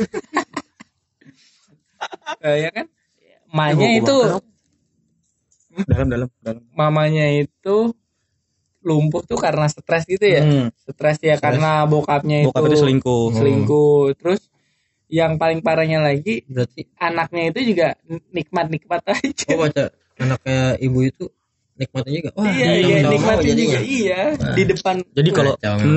B: uh, ya kan? Mamanya ya, itu
A: dalam dalam dalam.
B: Mamanya itu lumpuh tuh karena stres gitu ya. Hmm. Stres ya stress. Karena bokapnya,
A: bokapnya itu selingkuh.
B: Selingkuh. Hmm. Terus yang paling parahnya lagi
C: berarti
B: anaknya itu juga nikmat-nikmat aja.
C: Oh, baca anaknya ibu itu nikmatnya juga.
B: Wah, iya, iya, nikmatnya juga. Iya, nah. Di depan.
A: Jadi kalau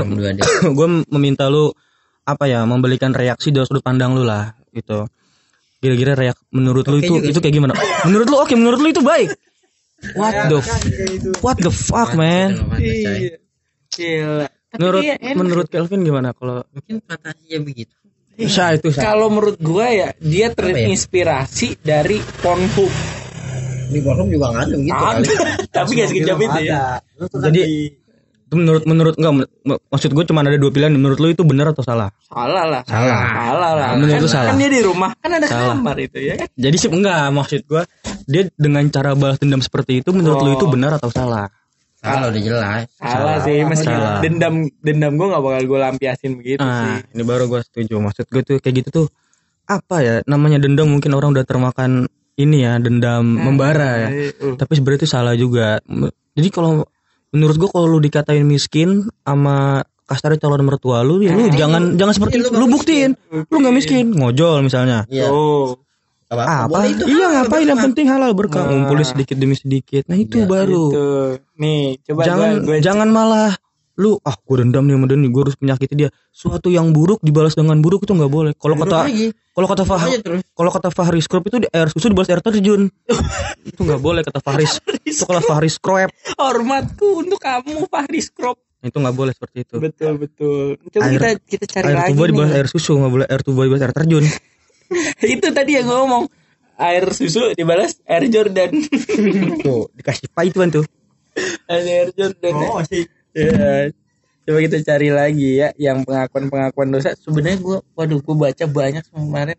A: gue meminta lu apa ya, memberikan reaksi dari sudut pandang lu lah gitu. Kira-kira reak menurut okay, lu itu itu kayak gimana? Menurut lu oke, okay, menurut lu itu baik. What the f- What the fuck, man?
B: Iya. Gila.
A: Menurut menurut Kelvin gimana kalau
C: mungkin fantasinya begitu?
A: Bisa itu.
B: Kalau menurut gua ya dia terinspirasi ya? Dari Pornhub.
C: Di Pornhub juga nggak ada begitu kali.
B: Tapi nggak sekejap itu ya.
A: Jadi itu menurut menurut enggak maksud gue cuma ada dua pilihan. Menurut lu itu benar atau salah?
B: Salah lah.
A: Salah.
B: Salah lah.
A: Menurut
B: kan,
A: lu salah.
B: Kan dia di rumah kan ada
A: salah.
B: Kamar itu ya kan.
A: Jadi sih enggak, maksud gue dia dengan cara balas dendam seperti itu menurut oh. lu itu benar atau salah?
C: Salah udah jelas.
B: Salah, salah sih, meski salah. dendam dendam gue nggak bakal gue lampiasin begitu
A: nah,
B: sih.
A: Ini baru gue setuju. Maksud gue tuh kayak gitu tuh apa ya namanya dendam, mungkin orang udah termakan ini ya dendam nah, membara ya. Uh. Tapi sebenarnya itu salah juga. Jadi kalau menurut gue kalau lu dikatain miskin sama kasarnya calon mertua lu, ya lu nah, jangan jangan seperti itu. Lu buktiin, buktiin. Lu nggak miskin, ngojol misalnya.
C: Iya.
B: Oh.
A: Apa? apa? Iya ngapain, yang penting halal berkah, nah. ngumpulin sedikit demi sedikit. Nah itu ya, baru.
B: Itu. Nih, coba
A: jangan
B: gua, gua
A: jangan malah lu ah gue dendam nih sama dia nih, gue harus menyakiti dia. Suatu yang buruk dibalas dengan buruk itu nggak boleh. Kalau kata kalau kata Fah kalau kata Fahri Skrup itu di air susu dibalas air terjun. Itu nggak boleh kata Fahris. Itu kalau Fahri Skrup.
B: Hormatku untuk kamu Fahri Skrup.
A: Itu nggak boleh seperti itu.
B: Betul betul. Coba air, kita kita cari
A: air
B: lagi.
A: Air tuba dibalas air susu, nggak boleh air tuba dibalas air terjun.
B: Itu tadi yang gue ngomong, air susu dibalas air Jordan.
A: Tuh dikasih pahituan tuh.
B: Air Jordan.
D: Oh sih.
B: Ya. Coba kita cari lagi ya yang pengakuan-pengakuan dosa. Sebenarnya gue, waduh, gue baca banyak kemarin.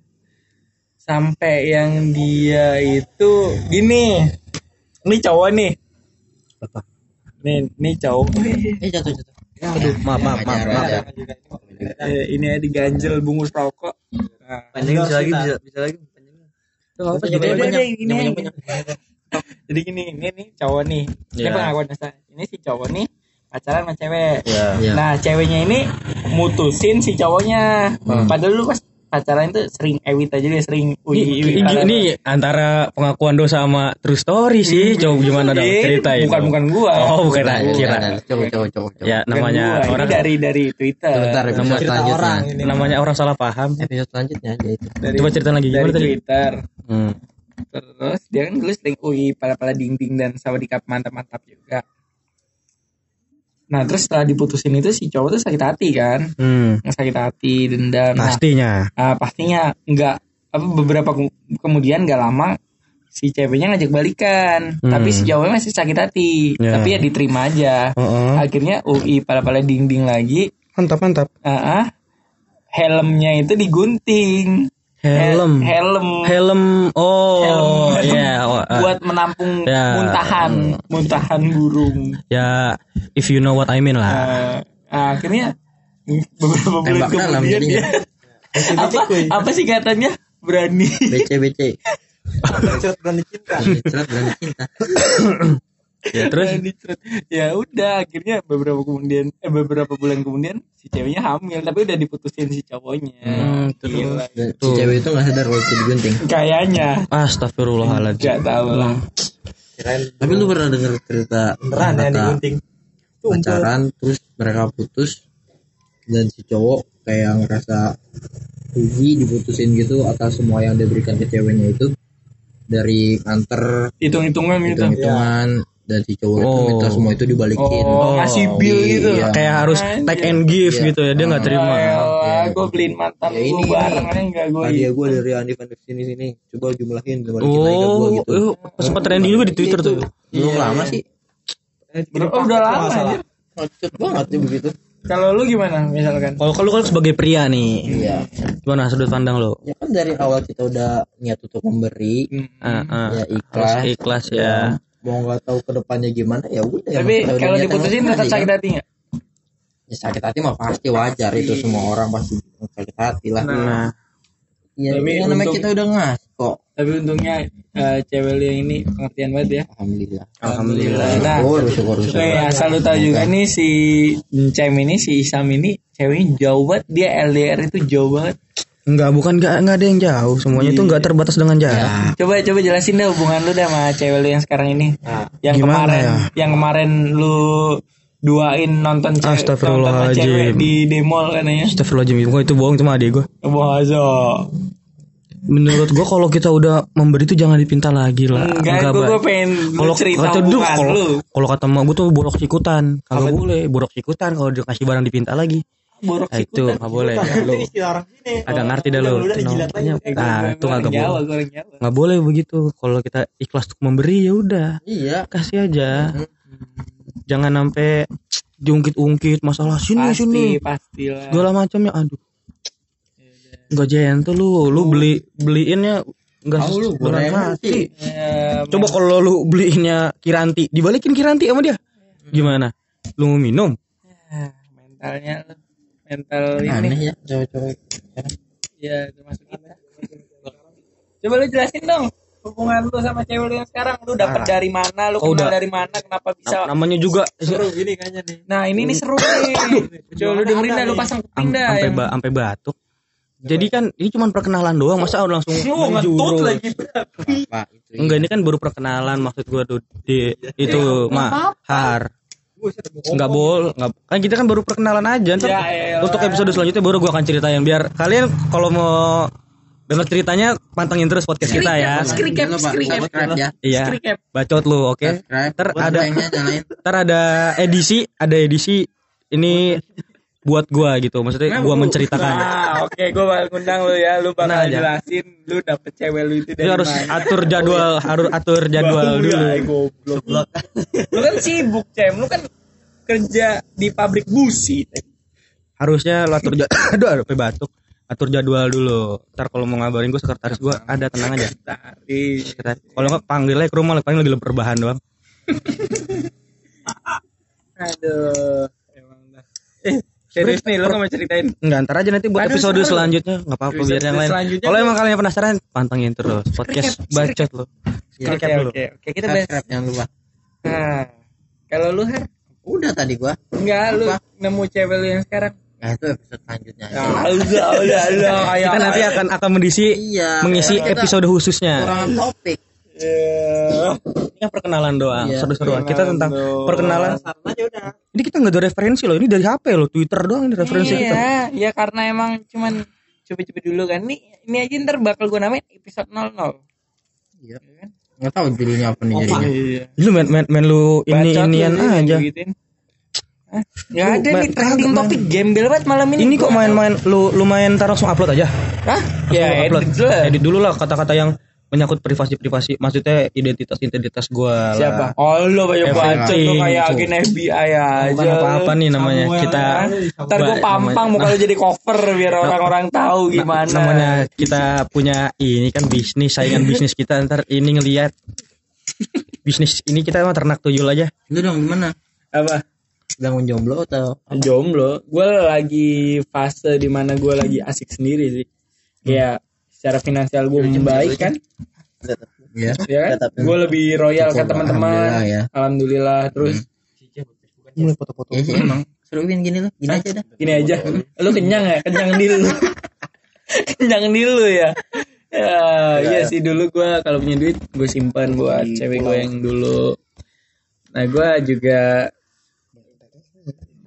B: Sampai yang dia itu gini. Ini cowok nih.
A: Apa?
B: Nih, nih cowok.
C: Ini jatuh-jatuh.
A: Aduh, maaf, maaf, maaf, maaf.
B: Eh, ini ya diganjel bungkus rokok.
C: Nah, panjangin bisa lagi, bisa, bisa lagi.
B: Apa juga ini? Jadi gini, ini nih cowok nih. Ini yeah. pengakuan dosa. Ini si cowok nih pacaran sama cewek.
A: Yeah. Yeah.
B: Nah, ceweknya ini mutusin si cowoknya. Hmm. Padahal lu pas pacaran itu sering ewit aja dia sering uyi uyi.
A: Ini, ini antara pengakuan dosa sama true story sih. Coba gimana dong ceritain.
B: Bukan bukan gua.
A: Oh, bukan oh, kira.
C: Coba coba coba.
A: Ya, namanya orang
B: ini dari dari Twitter.
C: Sebentar,
A: nama cerita orang ini. Namanya orang salah paham.
C: Episode selanjutnya aja itu.
B: Dari,
A: coba cerita lagi
B: gimana tadi? Twitter.
A: Hmm.
B: Terus dia kan dulu sering uyi pala-pala dinding dan sama dikap mantap-mantap juga. Nah terus setelah diputusin itu si cowok tuh sakit hati kan, hmm. sakit hati, dendam.
A: Pastinya.
B: Nah, uh, pastinya nggak apa beberapa ke- kemudian nggak lama si ceweknya ngajak balikan, hmm. tapi si cowoknya masih sakit hati, yeah. tapi ya diterima aja. Uh-uh. Akhirnya U I pala-pala dinding lagi.
A: Mantap mantap.
B: Uh-uh. Helmnya itu digunting.
A: Helm.
B: Helm.
A: Helm. Oh, iya. Yeah.
B: Buat menampung yeah. muntahan, muntahan burung.
A: Ya, yeah, if you know what I mean lah.
B: Uh, akhirnya beberapa bulan kemudian dia apa apa sih katanya berani.
C: B C B C.
D: Berani cinta.
C: Berani cinta.
A: Ya terus
B: ya udah akhirnya beberapa kemudian eh beberapa bulan kemudian si ceweknya hamil tapi udah diputusin si cowoknya.
A: Hmm,
B: Gila.
C: Si cewek itu nggak sadar kalau itu digunting.
B: Kayaknya.
A: Astagfirullahaladzim.
B: Gak tahu lah.
C: Tapi lu pernah dengar cerita
D: beneran yang digunting?
C: Pacaran terus mereka putus dan si cowok kayak ngerasa rugi diputusin gitu atas semua yang dia berikan ke ceweknya itu, dari antar
B: Hitung-hitungan gitu.
C: hitung-hitungan dan si cowok itu
A: Oh.
C: minta semua itu dibalikin.
B: Oh, ngasih bill gitu.
C: Iya.
A: Kayak harus take and give
C: Iya.
A: gitu ya, dia nggak terima.
B: Elah, gue beliin mantan
C: Ya,
B: gue
C: ini,
B: bareng
C: ini.
B: aja enggak gue.
C: Hadiah gue dari Hanif Hanif sini sini, coba jumlahin balikin lagi ke gue
A: Oh,
C: gitu.
A: eh, sempat trending juga di Twitter tuh.
C: Belum lama sih,
B: Bro, oh, udah lama aja.
C: cepet banget tuh begitu.
B: Kalau lu gimana misalkan?
A: Kalau kalau kalau sebagai pria nih,
C: Iya.
A: gimana sudut pandang lo?
C: Ya kan dari awal kita udah niat untuk memberi,
A: Ah, ah.
C: ya
A: Harus
C: ikhlas.
A: ikhlas ya.
C: Mau nggak tahu ke depannya gimana ya udah.
B: Tapi
C: emang kita udah
B: kalau
C: niat
B: diputusin
C: yang
B: tetap
C: tadi,
B: sakit
C: kan.
B: hati nggak?
C: Ya sakit hati mah pasti wajar, itu semua orang pasti sakit hati lah.
A: Nah,
C: Ya,
B: Tapi
C: ya namanya
B: untung-
C: kita udah ngas kok.
B: Tapi untungnya eh, cewek lu yang ini pengertian banget ya.
C: Alhamdulillah.
A: alhamdulillah.
B: Nah,
C: Syukur, syukur, syukur.
B: Oke, asal lu tahu juga nih si Cem ini, si Isam ini ceweknya jauh banget, dia L D R itu jauh banget.
A: Enggak, bukan enggak enggak ada yang jauh, semuanya itu enggak terbatas dengan jarak.
B: Coba coba jelasin deh hubungan lu dah sama cewek lu yang sekarang ini. Yang
A: Gimana
B: kemarin,
A: ya?
B: yang kemarin lu duain nonton cewek, nonton sama
A: Astagfirullahaladzim.
B: cewek di demol katanya.
A: Astagfirullahaladzim, gua itu bohong cuma adik gua.
B: Bozo.
A: Menurut gua kalau kita udah memberi itu jangan dipinta lagi lah.
B: Enggak, gua,
A: Ba.
B: gua pengen
A: Kalau
B: cerita
A: kata dulu,
B: hubungan
A: kalau
B: lu.
A: kalau kata emak gua tuh borok sikutan. Kagak boleh borok sikutan kalau dia kasih barang dipinta lagi.
B: Borok
A: Nah, itu enggak boleh. Lu
D: Istilah orang sini.
A: agak ngerti dah lu.
D: Udah dijilat
A: Namanya-
D: lagi.
A: Nah, itu
B: orang
A: enggak
B: Jawa,
A: boleh.
B: gua orang Jawa.
A: Enggak boleh begitu. Kalau kita ikhlas untuk memberi ya udah,
C: Iya.
A: kasih aja. Jangan sampai diungkit-ungkit masalah sini sini.
B: Pasti, pastilah.
A: Segala macamnya, aduh. Enggak gentle lu, lu beli beliinnya enggak
C: Tahu lu,
A: dengan
C: gorengan
A: hati.
B: Ya,
A: Coba kalau lu beliinnya Kiranti, dibalikin Kiranti sama dia. Gimana? Lu mau minum?
B: ya, mentalnya lu. Mental ini.
C: Aneh ya cewek-cewek.
B: Ya, termasuk kita. Coba lu jelasin dong hubungan lu sama cewek lu yang sekarang. Lu dapet dari mana? Lu
A: Oh,
B: kenal
A: udah.
B: dari mana? Kenapa bisa?
A: Namanya juga
D: Seru gini kayaknya nih.
B: Nah, ini nih seru nih. Coba lu dengerin dah, lu pasang kuping dah.
A: sampai
B: yang-
A: ba sampai batuk. Jadi kan ini cuma perkenalan doang, masa udah langsung
B: Lu ngetut
A: menjurus?
B: lagi.
C: Apa itu?
A: Enggak, ini kan baru perkenalan, maksud gua tuh di itu mahar. Enggak boleh, enggak. Kan kita kan baru perkenalan aja. Ntar
B: Ya elah.
A: untuk episode selanjutnya baru gua akan ceritain biar kalian kalau mau dengar ceritanya pantengin terus podcast kita ya.
B: Skrikep,
C: Jangan lupa
B: skrikep.
C: subscribe ya.
A: Iya.
B: Skrikep.
A: Bacot lu, oke.
C: Subscribe.
A: Ntar
C: Buat
A: ada
C: loncengnya nyalain.
A: ntar ada edisi, ada edisi ini buat gua gitu. Maksudnya gua menceritakan.
B: Nah, oke, gua bakal ngundang lu ya. Lu bakal
A: Tenang aja.
B: jelasin lu dapet cewek lu itu
A: Jadi
B: dari
A: harus
B: mana.
A: atur jadwal, harus atur jadwal
B: Bau
A: dulu.
B: ya, goblok. Lu kan sibuk, Cem. Lu kan kerja di pabrik busi.
A: Harusnya lu atur jadwal. Aduh, aduh, sampai batuk. Atur jadwal dulu. Ntar kalau mau ngabarin gua sekretaris gua ada, tenang aja.
B: Tadi.
A: Sekretaris. Kalau enggak panggil aja ke rumah, paling lagi lempar bahan doang.
B: Aduh, emang dah. Eh, serius nih, lu nggak mau ceritain?
A: Enggak, ntar aja nanti buat
B: Aduh,
A: episode
B: seru.
A: selanjutnya. Enggak apa-apa biar yang lain.
B: Selanjutnya
A: Kalau
B: gua-
A: emang kalian penasaran, pantengin terus podcast
B: Skrikep,
A: bacot lu.
B: Oke,
A: Skrikep dulu.
B: oke, oke. Kita bahas.
C: Subscribe jangan lupa.
B: Nah, kalau lu Har,
C: Udah tadi gua.
B: enggak lu
C: Apa?
B: nemu cewek lu yang sekarang.
C: Nah itu episode selanjutnya.
B: Ya, udah, udah, udah. Kayak
A: Kita nanti akan akan mengisi
C: Iya.
A: mengisi
C: kita
A: episode khususnya.
C: Kurangan topik.
B: Ya.
A: Ini kan perkenalan doang,
C: Iya,
A: seru-seruan. Kita tentang
B: doang.
A: perkenalan.
D: Saran aja udah.
A: Ini kita nggak ada referensi loh. Ini dari H P loh, Twitter doang ini referensi kita.
B: Iya, ya karena emang cuman coba-coba dulu kan. Ini ini aja ntar bakal gue namain episode nol nol.
C: Iya. Nggak tahu judulnya apa nih jadinya.
B: Iya.
A: Lu main main, main lu ini
B: Bacot
A: inian
B: lu nih,
A: aja.
B: digituin. Hah? Nggak
A: Lu
B: ada
A: main-
B: nih trending
A: kagak,
B: topik gembel banget malam ini.
A: Ini kok main-main lu lu main ntar langsung upload aja.
B: Hah?
A: Langsung
B: Ya
A: upload.
B: edit lah.
A: Edit dulu lah kata-kata yang menyangkut privasi-privasi, maksudnya identitas-identitas gua lah.
B: Siapa? Oh lo banyak
A: F F P,
B: bacot lo kayak
A: gitu.
B: agen F B I aja.
A: Bukan apa-apa nih namanya.
D: Samuel.
A: Kita
B: Ntar gue
A: Ba-
B: pampang
A: namanya-
B: muka lu jadi cover biar orang-orang tahu gimana.
A: namanya kita punya ini kan bisnis, saingan bisnis kita ntar ini ngelihat bisnis ini kita mah ternak tuyul aja.
C: Lu dong gimana?
B: Apa?
C: Sedang menjomblo atau?
B: Jomblo. Gue lagi fase dimana gue lagi asik sendiri sih. Kayak secara finansial gue membaik kan.
C: Iya.
B: Ya kan? Gue lebih royal ke
C: Syukur,
B: teman-teman.
C: alhamdulillah ya.
B: Alhamdulillah. Terus
A: Mulai foto-foto.
C: Ya sih emang seruin gini loh. Gini aja dah.
B: gini aja. Lu kenyang ya? Kenyang di lu. Kenyang di lu ya. Ya, iya sih dulu gue kalau punya duit gue simpan buat cewek gue yang dulu. Nah gue juga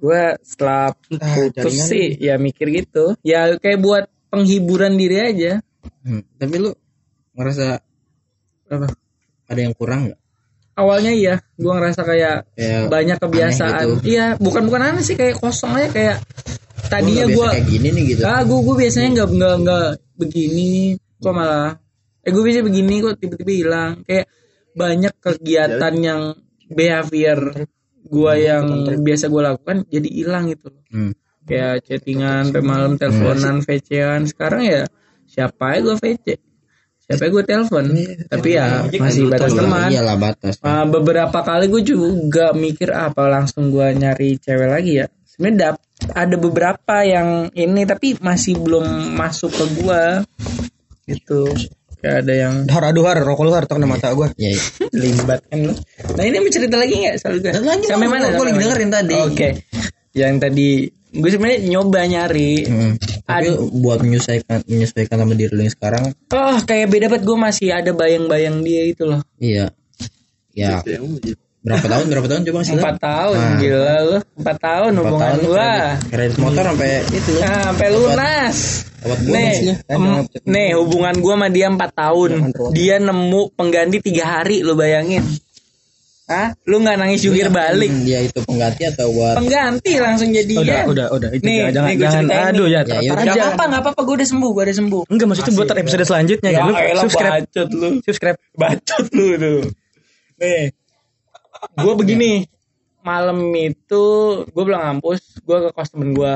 B: gue setelah putus
C: jaringan
B: sih ya mikir gitu. Ya kayak buat penghiburan diri aja.
C: Hmm, tapi lu ngerasa apa? Ada yang kurang nggak?
B: Awalnya iya, gue ngerasa kayak
C: Kayak
B: banyak kebiasaan.
C: aneh gitu.
B: Iya, bukan bukan aneh sih, kayak kosong aja kayak tadinya
C: Gua nggak
B: gue
C: biasa kayak gini nih gitu.
B: ah gue gue biasanya nggak nggak nggak begini, kok malah eh gue bisa begini kok tiba-tiba hilang. Kayak banyak kegiatan yang behavior gue yang biasa gue lakukan jadi hilang gitu.
C: Hmm.
B: Kayak chattingan sampai malam, teleponan, V C-an. Sekarang ya siapa aja gue V C, siapa aja gue telepon. Tapi ya masih batas teman.
C: Iyalah batas.
B: Uh, beberapa kali gue juga mikir ah, apa langsung gue nyari cewek lagi ya. Sebenarnya dap- ada beberapa yang ini tapi masih belum masuk ke gue gitu. Kayak ada yang
D: Har aduh har rokok lu har tok nama mata gua.
C: Iya. iya.
B: limbat kan lo. Nah ini mau cerita lagi nggak soal gue?
C: Lanjut,
B: Sampai
C: gua-
B: mana?
C: gua
B: Sampai
C: lagi
B: mana?
C: dengerin tadi.
B: Oke. Yang tadi gue sebenarnya nyoba nyari.
C: Hmm. Tapi
B: Ad-
C: buat menyesuaikan menyesuaikan sama diri lu yang sekarang,
B: Oh kayak beda banget, gue masih ada bayang-bayang dia itu loh.
C: iya. Ya. Berapa tahun? Berapa tahun coba sih?
B: Empat tahun
C: Nah.
B: gila lu. Empat tahun
C: Empat
B: hubungan
C: tahun
B: gue.
C: kredit, kredit motor sampai itu.
B: Nah, sampai lunas.
C: Dapat bonus
B: Nih,
C: ya.
B: em, nih hubungan gue sama dia empat tahun. Dia nemu pengganti tiga hari, lu bayangin. Hah? Lu nggak nangis jungkir balik?
C: Hmm, dia itu pengganti atau buat
B: Pengganti langsung
A: Udah,
B: jadian.
A: udah, udah. Itu
B: Nih,
A: jangan,
B: nih gua
A: jangan.
B: ceritain
A: Aduh
B: nih.
A: ya.
C: Ya,
A: tar-
C: ya
A: tar
B: Gak
A: aja.
B: apa-apa, gak apa-apa, gue udah sembuh, gue udah sembuh.
A: Enggak, maksud itu buat tar episode selanjutnya
B: Ya,
A: kan. Lu
B: elah,
A: subscribe,
B: bacot lu.
A: subscribe.
B: Bacot lu tuh. Nih, gue begini. Malam itu gue pulang kampus, gue ke kos temen gue.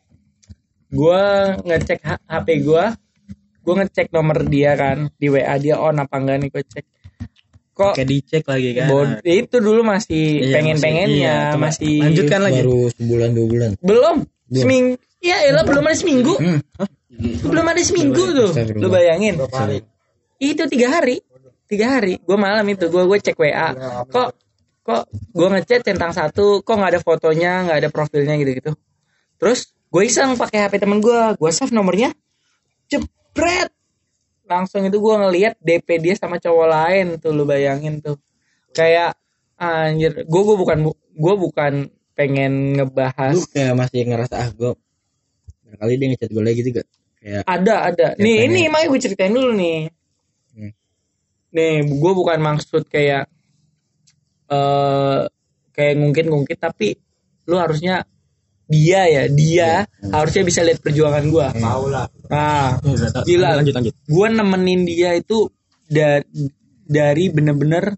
B: Gue ngecek H- HP gue, gue ngecek nomor dia kan di W A dia on apa enggak nih, gue cek. Kok
A: Kayak dicek lagi kan.
B: bod- itu dulu masih
A: Iya,
B: pengen-pengennya,
A: masih- iya,
B: masih,
A: lanjutkan lagi.
C: baru sebulan dua bulan.
B: belum seminggu. Ya elah belum ada seminggu.
C: Hmm.
B: Belum ada seminggu tuh.
C: Astagfirullah.
B: Lu bayangin. Itu tiga hari. Tiga hari. Gue malam itu gue gue cek W A. Kok kok gue ngechat centang satu, kok nggak ada fotonya, nggak ada profilnya gitu-gitu. Terus gue iseng pakai H P temen gue, gue save nomornya, jebret. Langsung itu gue ngelihat D P dia sama cowok lain tuh, lu bayangin tuh. Kayak anjir, gue gue bukan gue bukan pengen ngebahas.
C: Lu kayak masih ngerasa ah gue barangkali dia ngechat gue lagi juga. Kayak
B: Ada, ada.
C: Ya,
B: Nih,
C: pengen.
B: ini makanya gue ceritain dulu nih.
C: Hmm.
B: Nih, gue bukan maksud kayak eh kayak ngungkit-ngungkit, tapi lu harusnya dia ya, dia harusnya bisa lihat perjuangan gue.
D: Tahu lah.
B: Nah,
A: Udah, tar-
B: gila.
A: Lanjut, lanjut.
B: Gue nemenin dia itu da- dari bener-bener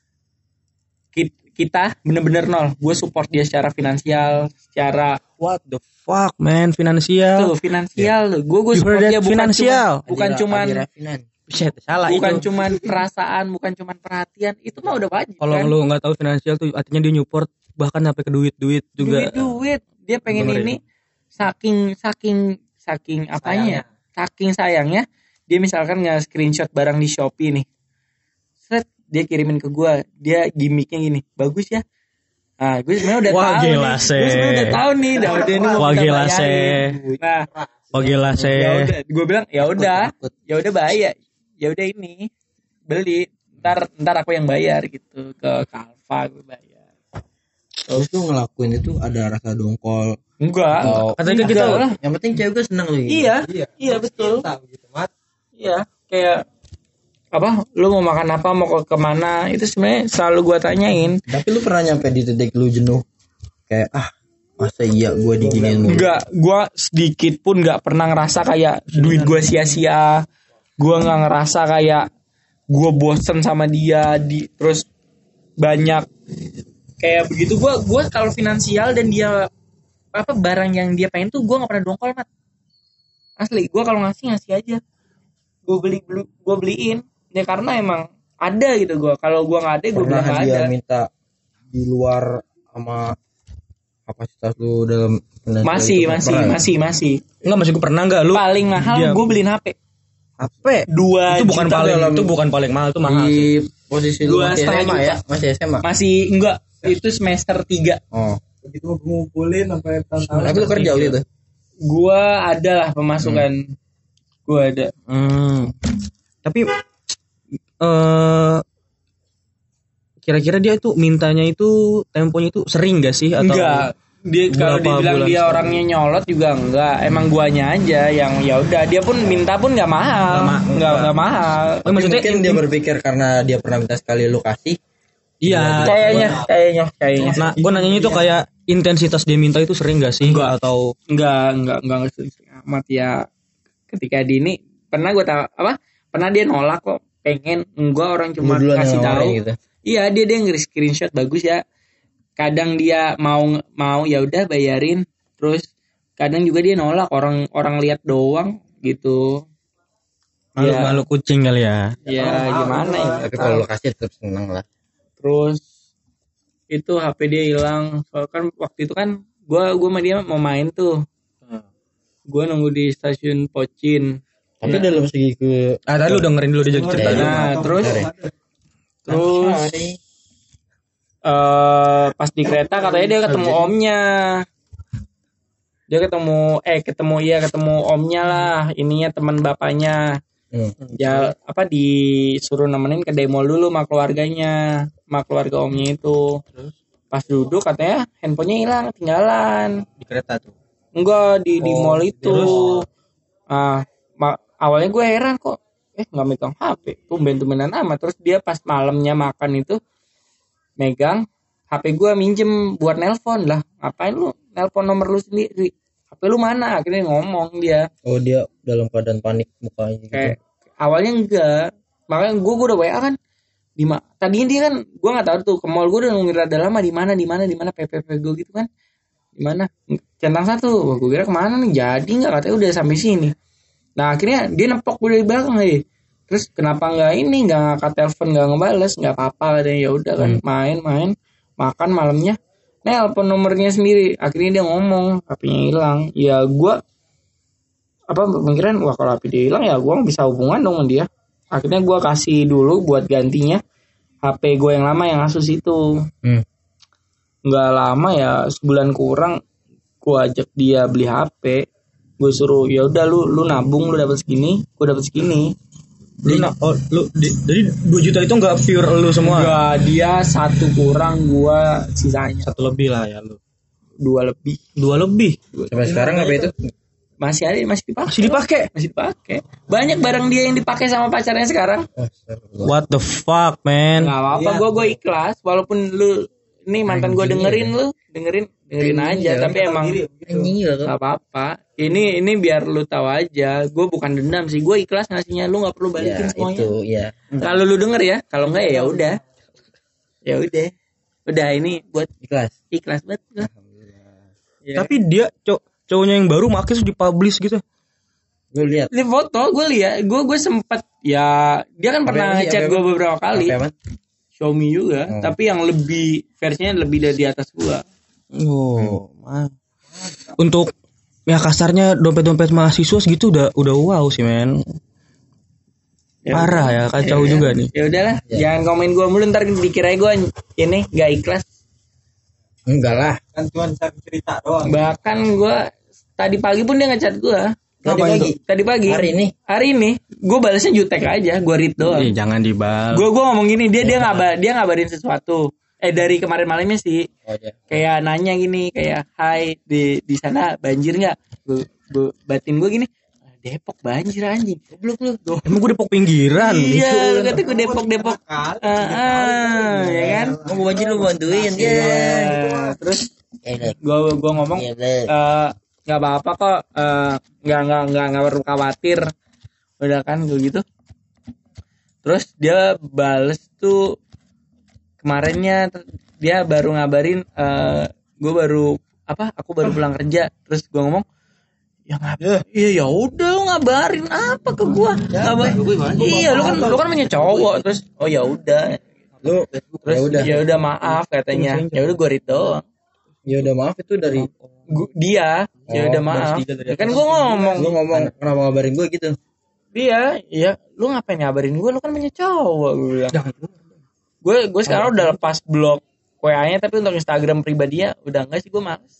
B: ki- kita bener-bener nol. Gue support dia secara finansial, secara
A: What the fuck, man? Finansial.
B: tuh finansial. Gue gue
A: You
B: support
A: heard
B: dia
A: that?
B: bukan
A: Finansial.
B: cuman bukan
C: Adira-
B: cuman
C: Adira Finan.
A: Shit, salah
B: bukan
A: itu.
B: cuman perasaan, bukan cuman perhatian, itu mah udah wajib
A: Kalau
B: kan.
A: lu nggak tahu finansial tuh artinya dia nyupport bahkan sampai ke duit-duit juga.
B: duit duit dia pengen
A: Dengerin.
B: ini saking saking saking apanya ya, saking sayangnya dia misalkan nggak screenshot barang di Shopee nih, set dia kirimin ke gua, dia gimmicknya gini, bagus ya. Nah, gue sebenarnya udah
A: Wah,
B: tahu
A: gila,
B: nih,
A: se.
B: gue sebenarnya udah tahu nih, dah udah ini mau
A: Wah,
B: kita
A: gila,
B: bayarin.
A: se.
B: Nah,
A: Oh gila
B: ya
A: sih.
B: udah, gue bilang ya udah, ya udah bayar, ya udah ini beli, ntar ntar aku yang bayar gitu ke Kalva gue bayar.
C: Terus lu ngelakuin itu ada rasa dongkol.
B: Enggak,
C: Oh,
A: katanya
B: enggak
A: gitu.
B: lah.
C: Yang penting cewek gue seneng lu.
B: Iya, iya betul.
D: Gitu, Mat.
B: Iya, kayak apa? Lu mau makan apa, mau ke kemana? Itu sebenarnya selalu gua tanyain.
C: Tapi lu pernah nyampe di titik lu jenuh kayak ah masa iya gue diginiin mulu.
B: Enggak, gua sedikit pun nggak pernah ngerasa kayak duit gua sia-sia. Gua nggak ngerasa kayak gua bosen sama dia, di terus banyak kayak begitu. Gua gua kalau finansial dan dia apa barang yang dia pengen tuh gua nggak pernah dongkol, Mat. Asli, gua kalau ngasih ngasih aja. Gua beli, beli gua beliin. Ya karena emang ada gitu gua. Kalau gua nggak ada, gua
C: Pernah
B: bilang nggak
C: dia
B: ada.
C: minta di luar sama kapasitas lu dalam finansial
B: Masih,
C: itu?
B: masih,
C: Pernah ya?
B: masih, masih.
A: Enggak, masih gue pernah enggak lu?
B: Paling mahal
A: dia-
B: gue beliin H P.
C: H P
B: Dua
A: Itu bukan
B: juta
A: paling
B: dalam-
A: itu bukan paling mahal, itu mahal sih.
C: di posisi lu
B: Dua
C: masih
B: setengah
C: S M A ya,
B: juta.
C: masih S M A.
B: Masih enggak, itu semester tiga.
C: Oh,
D: Begitu mau ngumpulin sampai tahun-tahun.
C: tapi lu kerja waktu itu.
B: Gua ada lah pemasukan. Gua ada.
A: Hmm. Tapi eh kira-kira dia itu mintanya itu temponya itu sering gak sih atau
B: Enggak. dia kalau
A: Berapa
B: dibilang
A: bulan
B: dia
A: sekali?
B: orangnya nyolot juga enggak, emang guanya aja yang ya udah, dia pun minta pun nggak mahal,
A: Nggak ma-
B: nggak nggak mahal.
A: Oh, maksudnya
C: mungkin
A: in-
C: dia berpikir karena dia pernah minta sekali lu kasih.
A: iya.
B: Kayaknya, kayaknya, kayaknya.
A: Nah, gue nanyanya itu kayak intensitas dia minta itu sering gak sih?
B: Enggak.
A: Atau
B: Enggak, enggak, enggak ngerti amat ya. Ketika di ini pernah gue tahu apa? Pernah dia nolak kok, pengen enggak orang cuma
C: Lu duluan
B: kasih
C: yang
B: tahu.
C: nawarin gitu.
B: Iya, dia dia nge screenshot bagus ya. Kadang dia mau mau ya udah bayarin, terus kadang juga dia nolak, orang orang lihat doang gitu.
A: malu
B: Ya.
A: malu kucing kali ya?
B: Ya gimana ya?
C: Tapi kalau lu kasih tetap seneng lah.
B: Terus itu H P dia hilang. Soalnya kan waktu itu kan gua gua sama dia mau main tuh. Gua nunggu di stasiun Pocin.
C: Tapi dalam segi ke
A: Ah, tadi lu dengerin dulu dia cerita dulu.
B: Nah, terus
C: Bentar ya.
B: terus eh pas di kereta katanya dia ketemu omnya. Dia ketemu eh ketemu iya ketemu omnya lah, ininya teman bapaknya.
C: Hmm.
B: Ya apa disuruh nemenin ke demo dulu sama keluarganya, sama keluarga omnya itu. Pas duduk katanya handphonenya hilang, ketinggalan.
A: Di kereta tuh.
B: Enggak di di
C: Oh,
B: mall itu.
A: terus?
B: Ah, ma- awalnya gue heran kok, eh nggak megang H P, tumben-tumbenan amat. Terus dia pas malamnya makan itu megang H P gue, minjem buat nelpon lah. Ngapain lu nelpon nomor lu sendiri? H P lu mana? Akhirnya ngomong dia.
C: Oh dia dalam keadaan panik mukanya gitu.
B: Kayak awalnya enggak, makanya gue gue udah W A kan. Di ma- tadinya dia kan gue nggak tahu tuh ke mall, gue udah nungguin rada lama, di mana di mana di mana P P P gue gitu kan. Di mana? Centang satu. Wah, gue kira kemana nih? Jadi nggak, katanya udah sampai sini. Nah akhirnya dia nepok gue dari belakang lagi. Terus kenapa nggak ini nggak ngangkat telepon, nggak ngebales, nggak apa-apa katanya. Ya udah kan, main-main makan malamnya nelpon nomornya sendiri. Akhirnya dia ngomong H P-nya hilang. Ya gue apa pemikiran, wah kalau H P dia hilang ya gue bisa hubungan dong sama dia. Akhirnya gue kasih dulu buat gantinya H P gue yang lama yang Asus itu.
C: Hmm.
B: Nggak lama ya, sebulan kurang gue ajak dia beli H P. Gue suruh ya udah lu lu nabung, lu dapat segini, gue dapat segini.
A: Lu na- oh, lu di, jadi dua juta itu enggak pure lu semua.
B: Enggak, dia satu kurang, gue sisanya
A: Satu lebih lah ya lu.
B: dua lebih.
A: Dua lebih.
C: Sampai sekarang apa itu?
B: Masih ada, masih dipakai.
A: Masih dipakai.
B: Masih dipakai. Banyak barang dia yang dipakai sama pacarnya sekarang.
C: Oh, astagfirullah.
A: What the fuck, man?
B: Nggak apa-apa, gue gue ikhlas. Walaupun lu ini mantan gue dengerin lu, dengerin dengerin aja. Tapi emang
C: Anjing ya tuh.
B: nggak apa-apa. Ini ini biar lu tahu aja. Gue bukan dendam sih. Gue ikhlas ngasihnya. Lu nggak perlu
C: Ya
B: balikin semuanya.
C: itu ya.
B: Kalau lu denger ya, kalau enggak ya ya udah. Ya udah. Udah ini buat
C: Ikhlas.
B: ikhlas banget gua. Ya.
A: Tapi dia cow- cowoknya yang baru make terus dipublish gitu.
C: Gue lihat.
B: Ini foto gue lihat, gue gue sempet ya dia kan
C: Apa
B: pernah
C: yang-
B: ngechat
C: apa
B: gue
C: yang-
B: beberapa kali.
C: Apa emang?
B: Xiaomi juga,
C: Hmm.
B: tapi yang lebih versinya lebih dari di atas gua.
A: Oh, man. Untuk ya kasarnya dompet-dompet mahasiswa segitu udah udah wow sih, men.
B: Ya
A: Parah ya, kacau juga nih.
B: Ya udahlah,
C: Ya.
B: jangan komen gua mulu, ntar dikira gua ini gak ikhlas.
C: Enggak lah.
D: Kan cuma cerita doang.
B: Bahkan gua tadi pagi pun dia ngechat gua.
C: Tadi
B: Ngapain
C: pagi?
B: tuh? Tadi pagi.
C: Hari ini?
B: Hari ini gua balasnya jutek aja, gua read doang.
A: Ih, jangan dibal.
B: Gua gua ngomong gini, dia dia ngabar dia ngabarin sesuatu. Eh dari kemarin malamnya sih
C: Oh ya.
B: kayak nanya gini, kayak hai di di sana banjir nggak? Gua, gua batin gua gini, Depok banjir anjing. Goblok lu. Tuh.
A: Emang gue Depok pinggiran.
B: Iya, kata gue Depok Depok. Ah, ah, ya kan?
C: Mau banjir lu bantuin dia.
B: Iya. Terus gua gua ngomong
C: Iya,
B: eh nggak apa-apa kok, eh, nggak nggak nggak nggak perlu khawatir, udah kan gue gitu. Terus dia bales tuh kemarinnya, dia baru ngabarin, eh gue baru apa? Aku baru pulang kerja. Terus gue ngomong, ya ngapa? Iya ya udah lu ngabarin apa ke gue? Ngabar- Iya lu kan lu kan punya cowok. Terus oh ya udah.
C: Lu
B: Terus
C: ya udah.
B: ya udah maaf katanya. Ya udah gue read doang.
C: Ya udah maaf itu dari
B: Gu- dia ya
C: Oh,
B: udah maaf.
A: tiga dari
B: Ya kan gue ngomong
C: lu ngomong kenapa ngabarin gue gitu.
B: dia, ya lu ngapain ngabarin gue, lu kan punya cowok, gue bilang. Gue gue sekarang udah lepas blok W A-nya, tapi untuk Instagram pribadinya udah enggak sih, gue males.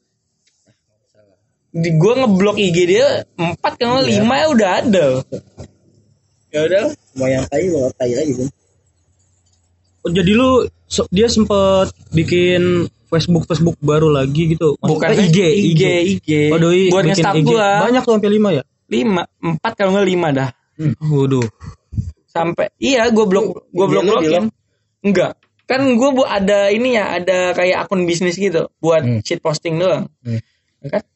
B: Di gue ngeblok I G dia empat kalau lima ya udah ada. Ya udah.
C: Mau yang tai bawa tai lagi, Bun.
A: Oh, jadi lu so- dia sempet bikin Facebook Facebook baru lagi gitu.
B: Bukan
A: I G,
B: I G, I G.
A: Oh, doi
B: buat
A: bikin
B: nge-stalk
A: I G.
B: gua.
A: Banyak tuh sampai lima ya?
B: lima, empat kalau enggak lima dah.
A: Hmm. Waduh.
B: Sampai iya gua blok gua blok-blokin. Enggak. Kan gua bu ada ininya, ada kayak akun bisnis gitu buat
A: Hmm.
B: shit posting doang.
A: Hmm.
B: Ya kan?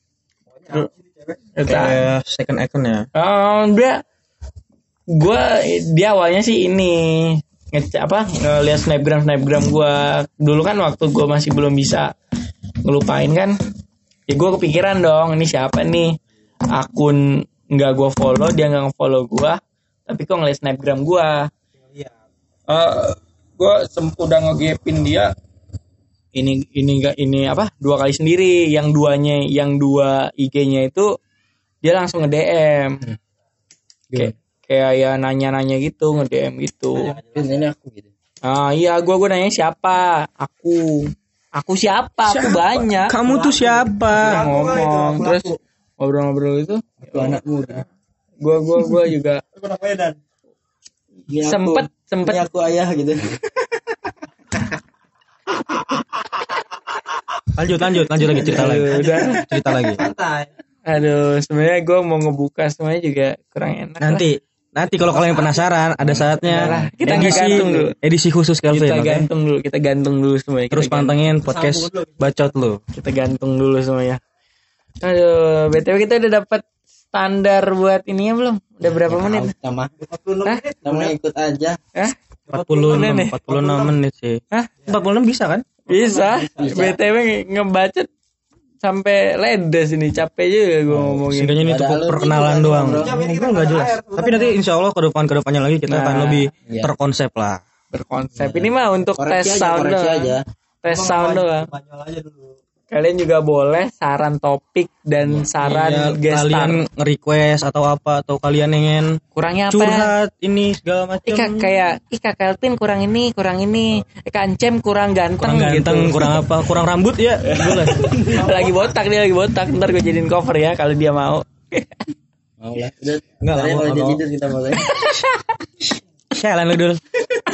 A: Kayak second account ya.
B: Oh, dia gua dia awalnya sih ini ngecek apa ngeliat snapgram snapgram gua dulu kan waktu gua masih belum bisa ngelupain kan. Ya gua kepikiran dong, ini siapa nih? Akun nggak gua follow, dia nggak nge-follow gua, tapi kok ngeliat snapgram gua.
D: Iya.
B: Uh, gua sem- udah ngegepin dia ini ini enggak ini apa dua kali sendiri, yang duanya yang dua I G-nya itu dia langsung nge-D M.
A: Hmm.
B: Kayak kayak ya nanya-nanya gitu, nge-D M gitu.
C: Ini aku gitu.
B: Ah iya, gua gua nanya siapa? Aku. Aku siapa? Aku banyak.
A: Kamu tuh siapa?
B: Ngomong terus ngobrol-ngobrol itu
C: Aku anak muda.
B: gua gua gua juga
D: Aku namanya Dan.
C: Ini aku-
B: sempet sempet
C: Ini aku ayah gitu.
A: Lanjut lanjut lanjut lagi cerita lagi.
B: Udah.
A: Cerita lagi.
D: Santai.
B: Aduh, sebenarnya gue mau ngebuka semuanya juga kurang enak.
A: Nanti nanti kalau kalian penasaran ada saatnya
B: Udah lah, kita
A: edisi
B: gantung dulu.
A: edisi khusus
B: lah.
A: Kelvin.
B: Kita
A: Oke?
B: gantung dulu, kita gantung dulu semuanya. Kita
A: Terus
B: gantung,
A: pantengin podcast bacot lu.
B: kita gantung dulu semuanya. Aduh, B T W kita udah dapat standar buat ininya belum? Udah berapa menit?
C: Sama
D: empat puluh enam
B: Hah?
D: menit.
C: sama ikut aja.
B: Hah?
A: empat puluh enam
B: menit nih.
A: empat puluh enam menit sih.
B: Hah?
A: empat puluh enam bisa kan?
B: Bisa.
C: Bisa.
B: B T W ngebacet sampai ledes ini, capek juga gue ngomongin.
A: Singkatnya ini
C: Ada
A: cukup
C: alur
A: perkenalan
C: juga,
A: doang.
C: bro.
A: Ngobrol nggak jelas. Tapi nanti insya Allah ke depan ke depannya lagi kita
B: Nah,
A: akan lebih
C: iya.
A: terkonsep lah.
B: Berkonsep. Ini mah untuk tes
C: Koreksi aja,
B: sound
C: koreksi
B: doang.
C: aja.
B: Tes sound doang.
D: Banyol aja dulu.
B: Kalian juga boleh saran topik dan saran
A: Iya,
B: guest star.
A: kalian nge-request atau apa atau kalian ingin
B: Kurangnya apa?
A: curhat ini segala macam.
B: Ika kayak Ika Kelvin kurang ini, kurang ini. Ika Ancem kurang ganteng,
A: kurang ganteng,
B: gitu.
A: kurang apa, kurang rambut ya, boleh.
B: lagi botak dia lagi botak. Ntar gue jadiin cover ya kalau dia mau.
C: Mau lah. Udah.
A: Enggak,
C: Tadi
A: nggak mau,
C: kalau
A: nggak
C: jadi kita mulai.
A: Sialan lu dul.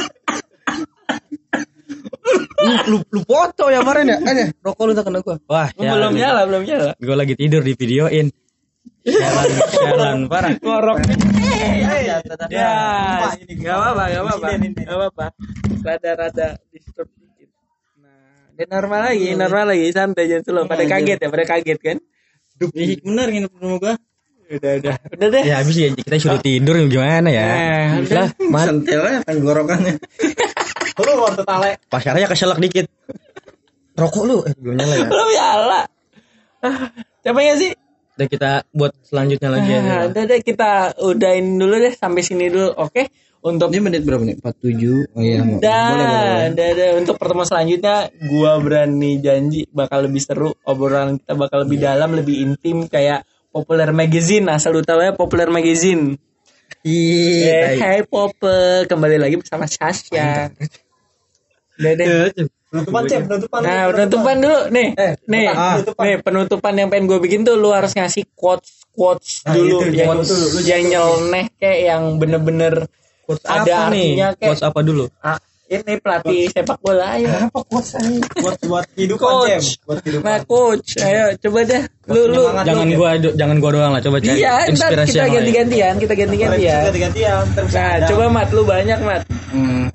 A: lu, lu, lu foto ya kemarin ya? Ada rokok lu tak kena gua. Wah,
B: belum nyala, belum nyala.
A: Gua lagi tidur di videoin. Sialan, sialan parah.
B: Ngorok.
D: Ya,
B: Ya,
D: ini
B: nggak apa-apa, nggak apa-apa,
D: Insiden ini.
B: nggak apa-apa. Rada-rada disturb dikit. Nah, dan normal lagi, normal lagi, santai jangan slow. Pada kaget ya, pada kaget kan?
C: Ih, bener nginep di rumah gua.
B: Udah, udah, udah deh.
A: Ya habis ya kita suruh tidur gimana ya?
B: Nah, udah.
A: Mat,
C: Sentil aja tenggorokannya.
D: Lu waktu tale.
A: pasarnya keselak dikit. Rokok lu eh belum nyala ya?
B: Belum nyala. Ah, capek gak sih?
A: Udah kita buat selanjutnya lagi ya.
B: Nah, udah deh kita udahin dulu deh sampai sini dulu, oke? Untuk
C: Ini menit berapa nih? empat puluh tujuh. Oh iya, mau.
B: dan
C: Boleh, boleh, boleh.
B: udah, udah. Untuk pertemuan selanjutnya, gua berani janji bakal lebih seru, obrolan kita bakal lebih dalam, lebih intim kayak Populer Magazine. Asal lu tahu ya, Populer Magazine. Eh,
A: Iya.
B: hai Pope, kembali lagi bersama Sasha. Udah deh.
D: Penutupan cem, penutupan.
B: Nah, penutupan dulu nih.
D: Eh,
B: nih,
D: penutupan, penutupan.
B: nih penutupan yang pengen gue bikin tuh lu harus ngasih quotes quotes
D: Nah,
B: dulu
D: itu,
B: yang
D: quotes dulu. Lu
B: yang nyeleneh kayak yang bener-bener
A: Quotes
B: ada
A: apa nih?
B: artinya kayak
A: Quotes apa dulu?
B: ah, ini pelatih sepak bola ayo.
D: Apa quotes ini? Buat buat kehidupan
B: Coach.
D: cem, buat kehidupan.
B: Nah, coach, ayo coba deh. Lu lu
D: penyemangat.
A: Jangan gua do- jangan gua doang lah, coba cari
B: iya, ntar
A: inspirasi
B: kita
A: yang lain.
B: ganti-gantian, kita ganti-gantian.
D: Ganti-gantian.
B: Nah, coba Mat, lu banyak Mat.
C: Hmm.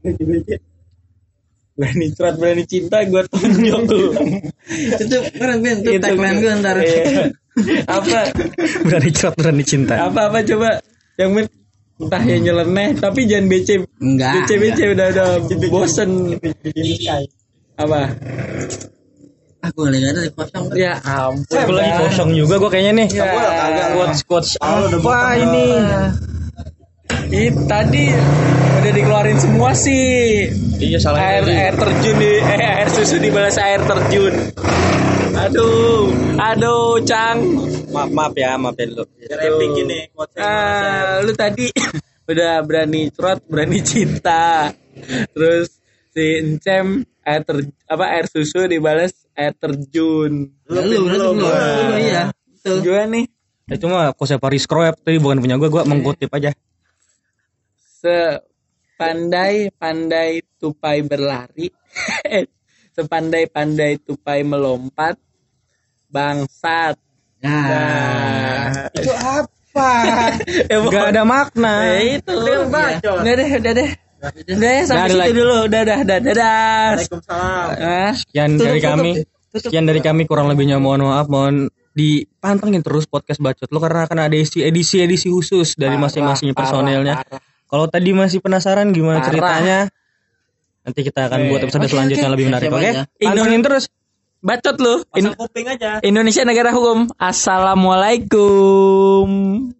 B: Berani surat berani cinta gue tunjuk lu.
C: Itu keren Ben, itu
B: Itu
C: tagline
B: gua.
C: gue ntar.
B: Iya. Apa?
A: Berani cerot berani cinta.
B: Apa-apa coba yang men- entah yang nyeleneh tapi jangan B C.
C: Enggak.
B: B C B C udah udah bosen. Apa?
C: Aku nggak ada di kosong.
B: Ya ampun.
A: Aku lagi kosong juga gua kayaknya nih.
B: Ya,
A: Quotes quotes
D: Ah, udah
A: apa
D: bosan,
A: ini?
B: Ih, tadi udah dikeluarin semua sih.
A: Iya salah
B: Air
A: tadi.
B: air terjun di eh air susu dibalas air terjun. Aduh, aduh, Cang.
A: Maaf maaf ya, maaf ya dulu.
D: Epic ini quotesnya.
B: Ah, lu tadi udah berani curhat, berani cinta. Terus si Encem air ter apa air susu dibalas air terjun.
C: Lu berarti belum. Lu iya. Betul.
B: Gua nih
A: Itu mah konsep Paris Scrap tadi bukan punya gua, gua mengkutip aja.
B: sepandai-pandai tupai berlari, Sepandai-pandai tupai melompat, bangsat.
C: Nah,
D: Itu apa?
A: Gak ada makna.
B: Ya itu.
D: Dia bacot.
B: Udah deh, udah deh. Udah ya sampai
A: Udah,
B: situ
A: like.
B: dulu. Udah, dah, dah, dadah.
D: Waalaikumsalam.
B: Ah,
A: Sekian
B: Tutup,
A: dari
B: tutup.
A: kami.
B: Tutup.
A: Sekian dari kami, kurang lebihnya mohon maaf. Mohon dipantengin terus podcast Bacot lo, karena akan ada edisi edisi edisi khusus dari
B: Parah,
A: masing-masing
B: parah,
A: personelnya.
B: parah.
A: Kalau tadi masih penasaran gimana
B: Parah.
A: ceritanya, nanti kita akan
B: Oke.
A: buat episode
B: Oke,
A: selanjutnya
B: oke.
A: lebih menarik.
C: Siapa
A: Oke,
C: aja?
A: pantengin terus.
B: Bacot lu.
D: Pasang kuping aja.
B: Indonesia negara hukum. Assalamualaikum.